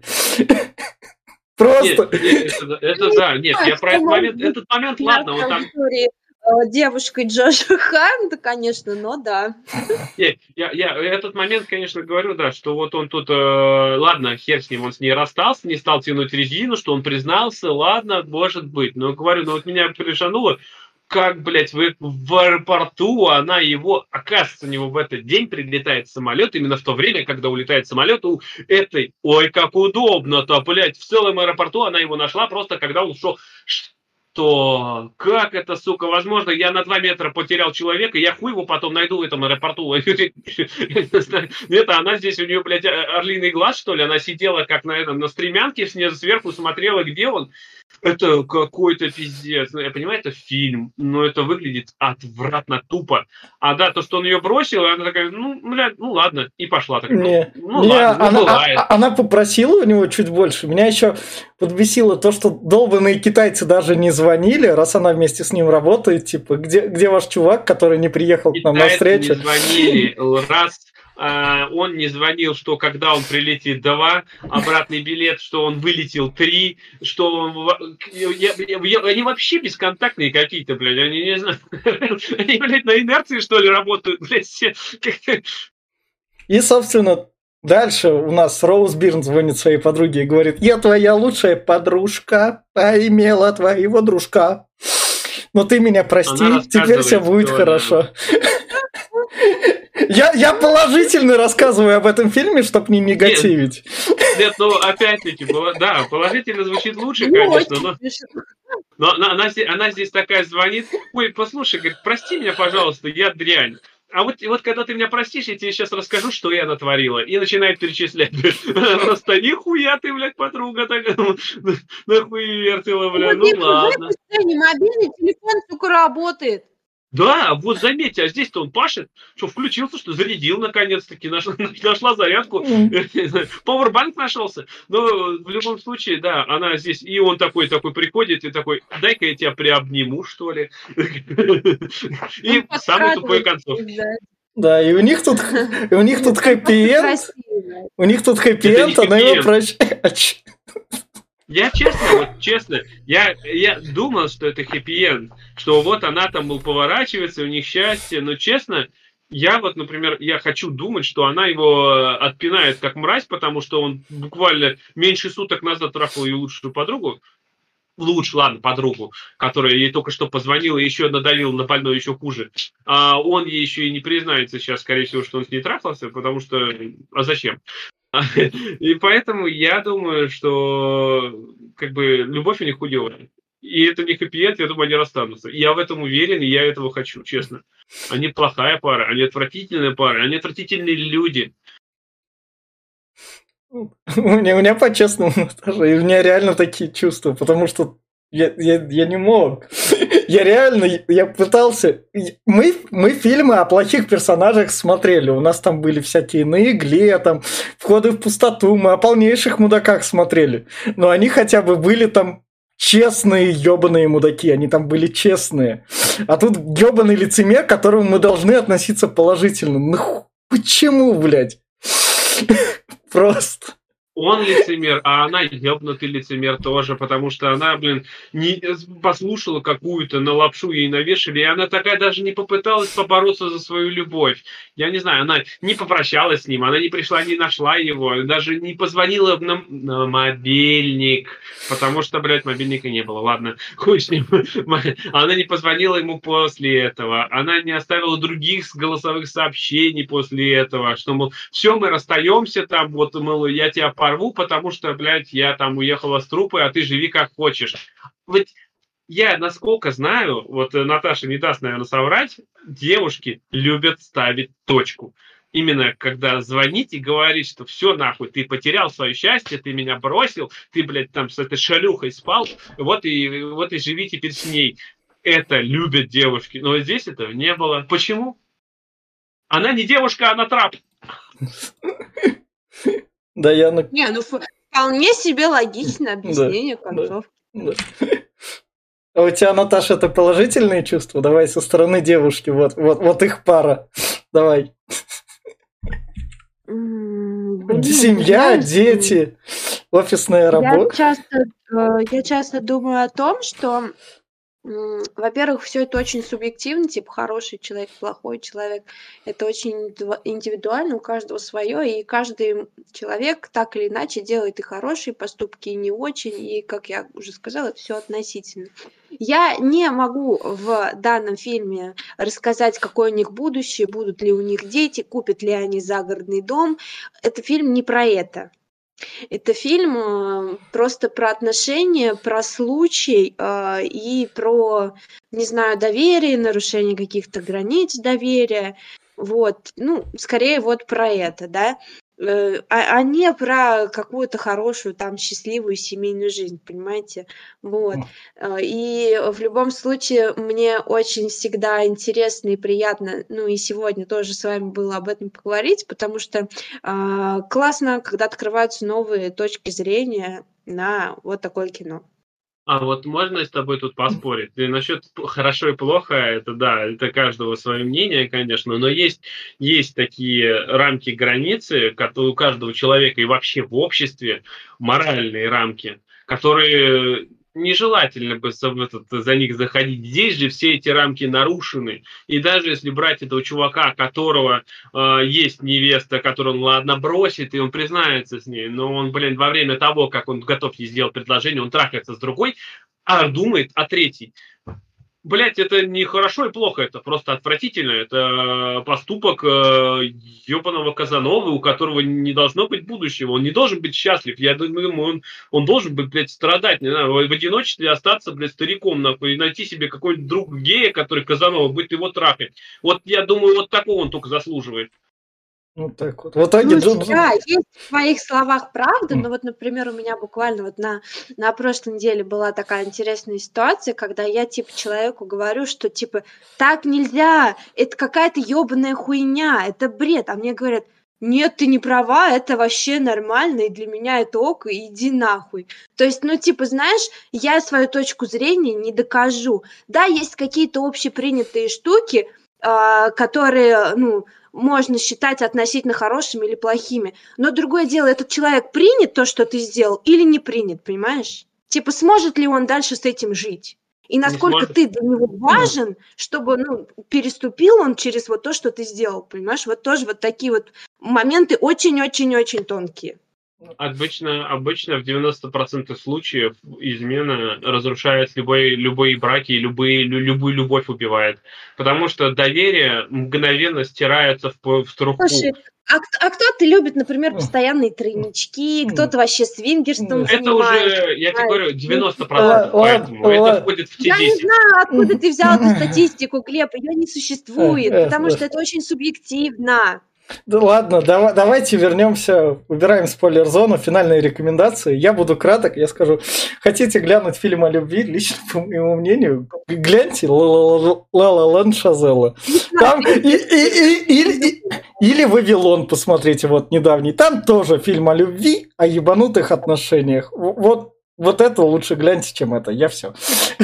Просто. Нет, нет, это, это да, нет, я про этот момент, этот момент, ладно, он там... Истории, э, девушкой Джоша Харнетта, конечно, но да. Нет, я, я этот момент, конечно, говорю, да, что вот он тут, э, ладно, хер с ним, он с ней расстался, не стал тянуть резину, что он признался, ладно, может быть. Но говорю, ну вот меня прижануло, как, блядь, в, в аэропорту она его, оказывается, у него в этот день прилетает самолет, именно в то время, когда улетает самолет у этой, ой, как удобно-то, блядь, в целом аэропорту она его нашла просто, когда он ушел. Что? Как это, сука, возможно? Я на два метра потерял человека, я хуй его потом найду в этом аэропорту. Это она здесь, у нее, блядь, орлиный глаз, что ли? Она сидела как на этом, на стремянке, снизу сверху смотрела, где он. Это какой-то пиздец. Ну, я понимаю, это фильм, но это выглядит отвратно, тупо. А да, то, что он ее бросил, она такая, ну, блядь, ну ладно, и пошла. Такая, Не, ну, ну не, ладно, ну, она, бывает. а- она попросила у него чуть больше. Меня еще подбесило то, что долбанные китайцы даже не звонили, раз она вместе с ним работает. Типа, где, где ваш чувак, который не приехал к нам на Китайцы встречу? не звонили, раз а, он не звонил, что когда он прилетит два, обратный билет, что он вылетел три, что он, во- я- я- я- они вообще бесконтактные какие-то, блядь, они не знаю, они, блядь, на инерции, что ли, работают, блядь, все. Как-то- И, собственно, дальше у нас Роуз Бирн звонит своей подруге и говорит: я твоя лучшая подружка, а имела твоего дружка. Но ты меня прости, Она теперь все рассказывает, будет что хорошо. Я, я положительно рассказываю об этом фильме, чтобы не негативить. Нет, ну, опять-таки, было- да, положительно звучит лучше, Ну, конечно, но... очень Но она, она, здесь, она здесь такая звонит, ой, послушай, говорит, прости меня, пожалуйста, я дрянь. А вот, и вот когда ты меня простишь, я тебе сейчас расскажу, что я натворила. И начинает перечислять. Просто нихуя ты, блядь, подруга такая. Нахуй вертела, бля, ну Вот в ладно. этой сцене мобильный телефон, сука, работает. Да, вот заметьте, а здесь-то он пашет, что включился, что зарядил наконец-таки, нашла, нашла зарядку, пауэрбанк нашелся. Но в любом случае, да, она здесь, и он такой, такой приходит и такой, дай-ка я тебя приобниму, что ли. И Он самый тупой подкрадывается, концов. да. Да, и у них тут, и у них тут хэппи-энд, Красиво. у них тут Это не хэппи-энд, она его хэппи-энд. прощает. Я честно, вот честно, я, я думал, что это хэппи-энд, что вот она там мол, поворачивается, у них счастье, но честно, я вот, например, я хочу думать, что она его отпинает как мразь, потому что он буквально меньше суток назад трахал ее лучшую подругу. лучше, ладно, подругу, которая ей только что позвонила и еще надавила на больной еще хуже. А он ей еще и не признается сейчас, скорее всего, что он с ней трахался, потому что... А зачем? И поэтому я думаю, что как бы любовь у них хуевая. И это не хэппи-энд, я думаю, они расстанутся. Я в этом уверен, и я этого хочу, честно. Они плохая пара, они отвратительная пара, они отвратительные люди. У меня, у меня по-честному тоже, и у меня реально такие чувства, потому что я, я, я не мог. Я реально, я пытался... Мы, мы фильмы о плохих персонажах смотрели, у нас там были всякие «На игле», там, «Входы в пустоту», мы о полнейших мудаках смотрели, но они хотя бы были там честные ёбаные мудаки, они там были честные. А тут ёбаный лицемер, к которому мы должны относиться положительно. Ну почему, блядь? Просто. Он лицемер, а она ебнутый лицемер тоже, потому что она, блин, не послушала какую-то, на лапшу ей навешали, и она такая даже не попыталась побороться за свою любовь. Я не знаю, она не попрощалась с ним, она не пришла, не нашла его, даже не позвонила на, на мобильник, потому что, блядь, мобильника не было, ладно, хуй с ним. Она не позвонила ему после этого, она не оставила других голосовых сообщений после этого, что, мол, все, мы расстаемся там, вот, мол, я тебя порву, потому что, блядь, я там уехала с трупой, а ты живи как хочешь. Вот я, насколько знаю, вот Наташа не даст, наверное, соврать, девушки любят ставить точку. Именно когда звонить и говорить, что все нахуй, ты потерял свое счастье, ты меня бросил, ты, блядь, там с этой шалюхой спал, вот и, вот и живи теперь с ней. Это любят девушки, но здесь этого не было. Почему? Она не девушка, она трап. Да, я... На... Не, ну вполне себе логичное объяснение да, концовки. Да, да. А у тебя, Наташа, это положительные чувства? Давай со стороны девушки, вот, вот, вот их пара. Давай. Блин, семья, знаешь, дети, офисная работа. Я часто, я часто думаю о том, что... Во-первых, все это очень субъективно, типа хороший человек, плохой человек. Это очень индивидуально, у каждого свое, и каждый человек так или иначе делает и хорошие поступки, и не очень, и, как я уже сказала, это все относительно. Я не могу в данном фильме рассказать, какое у них будущее, будут ли у них дети, купят ли они загородный дом. Это фильм не про это. Это фильм просто про отношения, про случай э, и про, не знаю, доверие, нарушение каких-то границ доверия. Вот, ну, скорее вот про это, да, э, а, а не про какую-то хорошую, там, счастливую семейную жизнь, понимаете? Вот. И в любом случае мне очень всегда интересно и приятно, ну и сегодня тоже с вами было об этом поговорить, потому что э, классно, когда открываются новые точки зрения на вот такое кино. А вот можно с тобой тут поспорить? И насчет хорошо и плохо, это да, это каждого свое мнение, конечно, но есть, есть такие рамки, границы, которые у каждого человека и вообще в обществе, моральные рамки, которые нежелательно бы за, этот, за них заходить. Здесь же все эти рамки нарушены. И даже если брать этого чувака, которого э, есть невеста, которую он, ладно, бросит, и он признается с ней, но он, блин, во время того, как он готов ей сделать предложение, он трахается с другой, а думает о третьей. Блять, это не хорошо и плохо, это просто отвратительно. Это поступок э, ебаного Казановы, у которого не должно быть будущего. Он не должен быть счастлив. Я думаю, он, он должен быть, блядь, страдать, не знаю, в одиночестве остаться, блядь, стариком, нахуй, и найти себе какой-нибудь друг гея, который Казанова, будет его трахать. Вот я думаю, вот такого он только заслуживает. Вот так вот. В итоге... Ну, да, есть в твоих словах правда, но вот, например, у меня буквально вот на, на прошлой неделе была такая интересная ситуация, когда я, типа, человеку говорю, что, типа, так нельзя, это какая-то ебаная хуйня, это бред, а мне говорят, нет, ты не права, это вообще нормально, и для меня это ок, иди нахуй. То есть, ну, типа, знаешь, я свою точку зрения не докажу. Да, есть какие-то общепринятые штуки, э, которые, ну, можно считать относительно хорошими или плохими. Но другое дело, этот человек принят то, что ты сделал, или не принят, понимаешь? Типа, сможет ли он дальше с этим жить? И насколько ты для него важен, чтобы, ну, переступил он через вот то, что ты сделал, понимаешь? Вот тоже вот такие вот моменты очень-очень-очень тонкие. Обычно, обычно в девяноста процентах случаев измена разрушает любой, любые браки, любые, лю- любую любовь убивает. Потому что доверие мгновенно стирается в, п- в труху. Слушай, а, к- а кто-то любит, например, М. постоянные тройнички, М. кто-то вообще свингерством М. Это занимается. уже, я тебе знаешь. говорю, Ну, девяносто типа, процентов, Ла- ладно, поэтому это ладно. входит в я не те десять. знаю, откуда ты взял эту Мгм. статистику, Глеб, ее не существует, Э, потому э, что это очень субъективно. Да ладно, дава- давайте вернемся, убираем спойлер-зону, финальные рекомендации. Я буду краток, я скажу, хотите глянуть фильм о любви, лично по моему мнению, гляньте «Ла Ла Ленд» Шазела. Не Там и- смотри. и- и- или, и- или «Вавилон» посмотрите, вот недавний. Там тоже фильм о любви, о ебанутых отношениях. В- Вот, вот это лучше гляньте, чем это. Я все.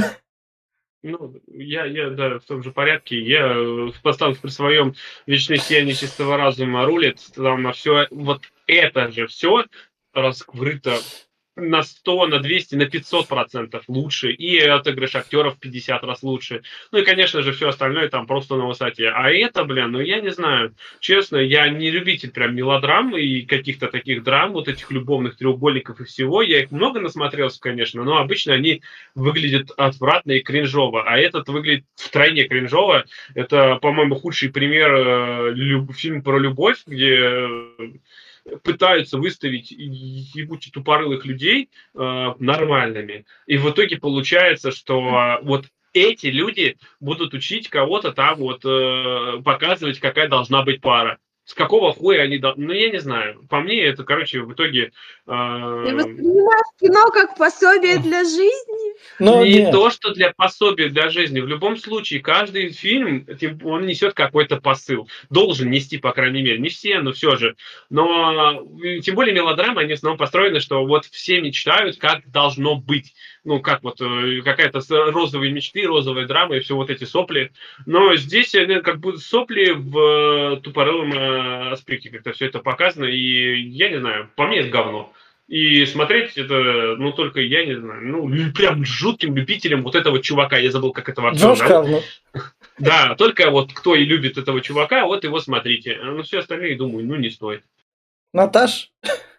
Ну, я, я, да, в том же порядке. Я э, поставлю при своем вечное сияние чистого разума рулит. Там на все, вот это же все раскрыто на сто, на двести, на пятьсот процентов лучше. И отыгрыш актеров пятьдесят раз лучше. Ну и, конечно же, все остальное там просто на высоте. А это, блин, ну я не знаю. Честно, я не любитель прям мелодрам и каких-то таких драм, вот этих любовных треугольников и всего. Я их много насмотрелся, конечно, но обычно они выглядят отвратно и кринжово. А этот выглядит втройне кринжово. Это, по-моему, худший пример э, люб- фильм про любовь, где э, пытаются выставить ебучие тупорылых людей э, нормальными. И в итоге получается, что э, вот эти люди будут учить кого-то там вот э, показывать, какая должна быть пара. С какого хуя они должны... Ну, я не знаю. По мне, это, короче, в итоге... Ты э, воспринимаешь кино как пособие для жизни? Но не нет. то, что для пособия для жизни. В любом случае, каждый фильм, тем- он несет какой-то посыл. Должен нести, по крайней мере. Не все, но все же. Но э, тем более мелодрамы, они в основном построены, что вот все мечтают, как должно быть. Ну, как вот э, какая-то с- розовые мечты, розовая драма и все вот эти сопли. Но здесь они как будто сопли в э, тупорылом э, аспекте. Как-то все это показано. И я не знаю, по мне это говно. И смотреть это, ну, только я не знаю, ну, лю- прям жутким любителем вот этого чувака. Я забыл, как этого актера Джош зовут. Хавну. Да, только вот кто и любит этого чувака, вот его смотрите. А ну, все остальные, думаю, ну, не стоит. Наташ?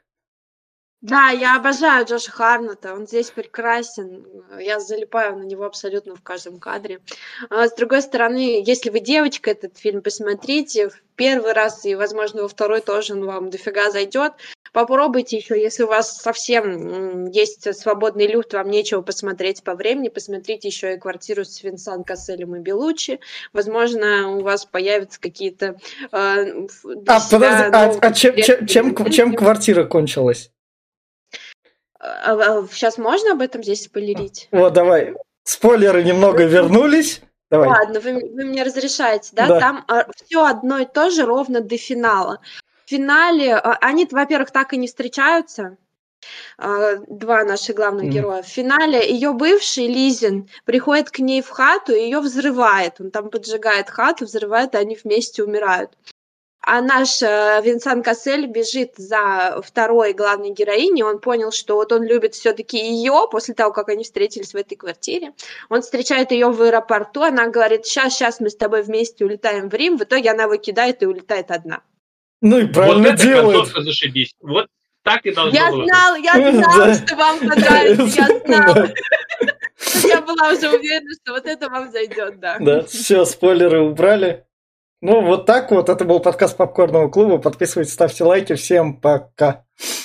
Да, я обожаю Джоша Харната, он здесь прекрасен, я залипаю на него абсолютно в каждом кадре. А с другой стороны, если вы девочка, этот фильм посмотрите в первый раз и, возможно, во второй тоже он вам дофига зайдет. Попробуйте еще, если у вас совсем м, есть свободный люфт, вам нечего посмотреть по времени, посмотрите еще и «Квартиру» с Винсан Касселем и Белуччи. Возможно, у вас появятся какие-то э, ф- для А, подожди, себя а, новые а чем, чем, чем, моменты. чем квартира кончилась? Сейчас можно об этом здесь спойлерить? Вот, давай. Спойлеры немного вернулись. Давай. Ладно, вы, вы мне разрешаете, да? Да. Там а, все одно и то же ровно до финала. В финале а, они, во-первых, так и не встречаются. а, Два наших главных Мгм. героя. В финале ее бывший Лизин приходит к ней в хату и ее взрывает. Он там поджигает хату, взрывает, и они вместе умирают. А наш э, Винсан Кассель бежит за второй главной героиней. Он понял, что вот он любит все-таки ее после того, как они встретились в этой квартире. Он встречает ее в аэропорту. Она говорит: сейчас, сейчас мы с тобой вместе улетаем в Рим. В итоге она его кидает и улетает одна. Ну и правильно вот это делает. концовка зашибись. Вот так и должно Я было знал, я знал, Да. что вам понравится. Я знал. Да. Я была уже уверена, что вот это вам зайдет, да. Да, все, спойлеры убрали. Ну, вот так вот. Это был подкаст Попкорного клуба. Подписывайтесь, ставьте лайки. Всем пока.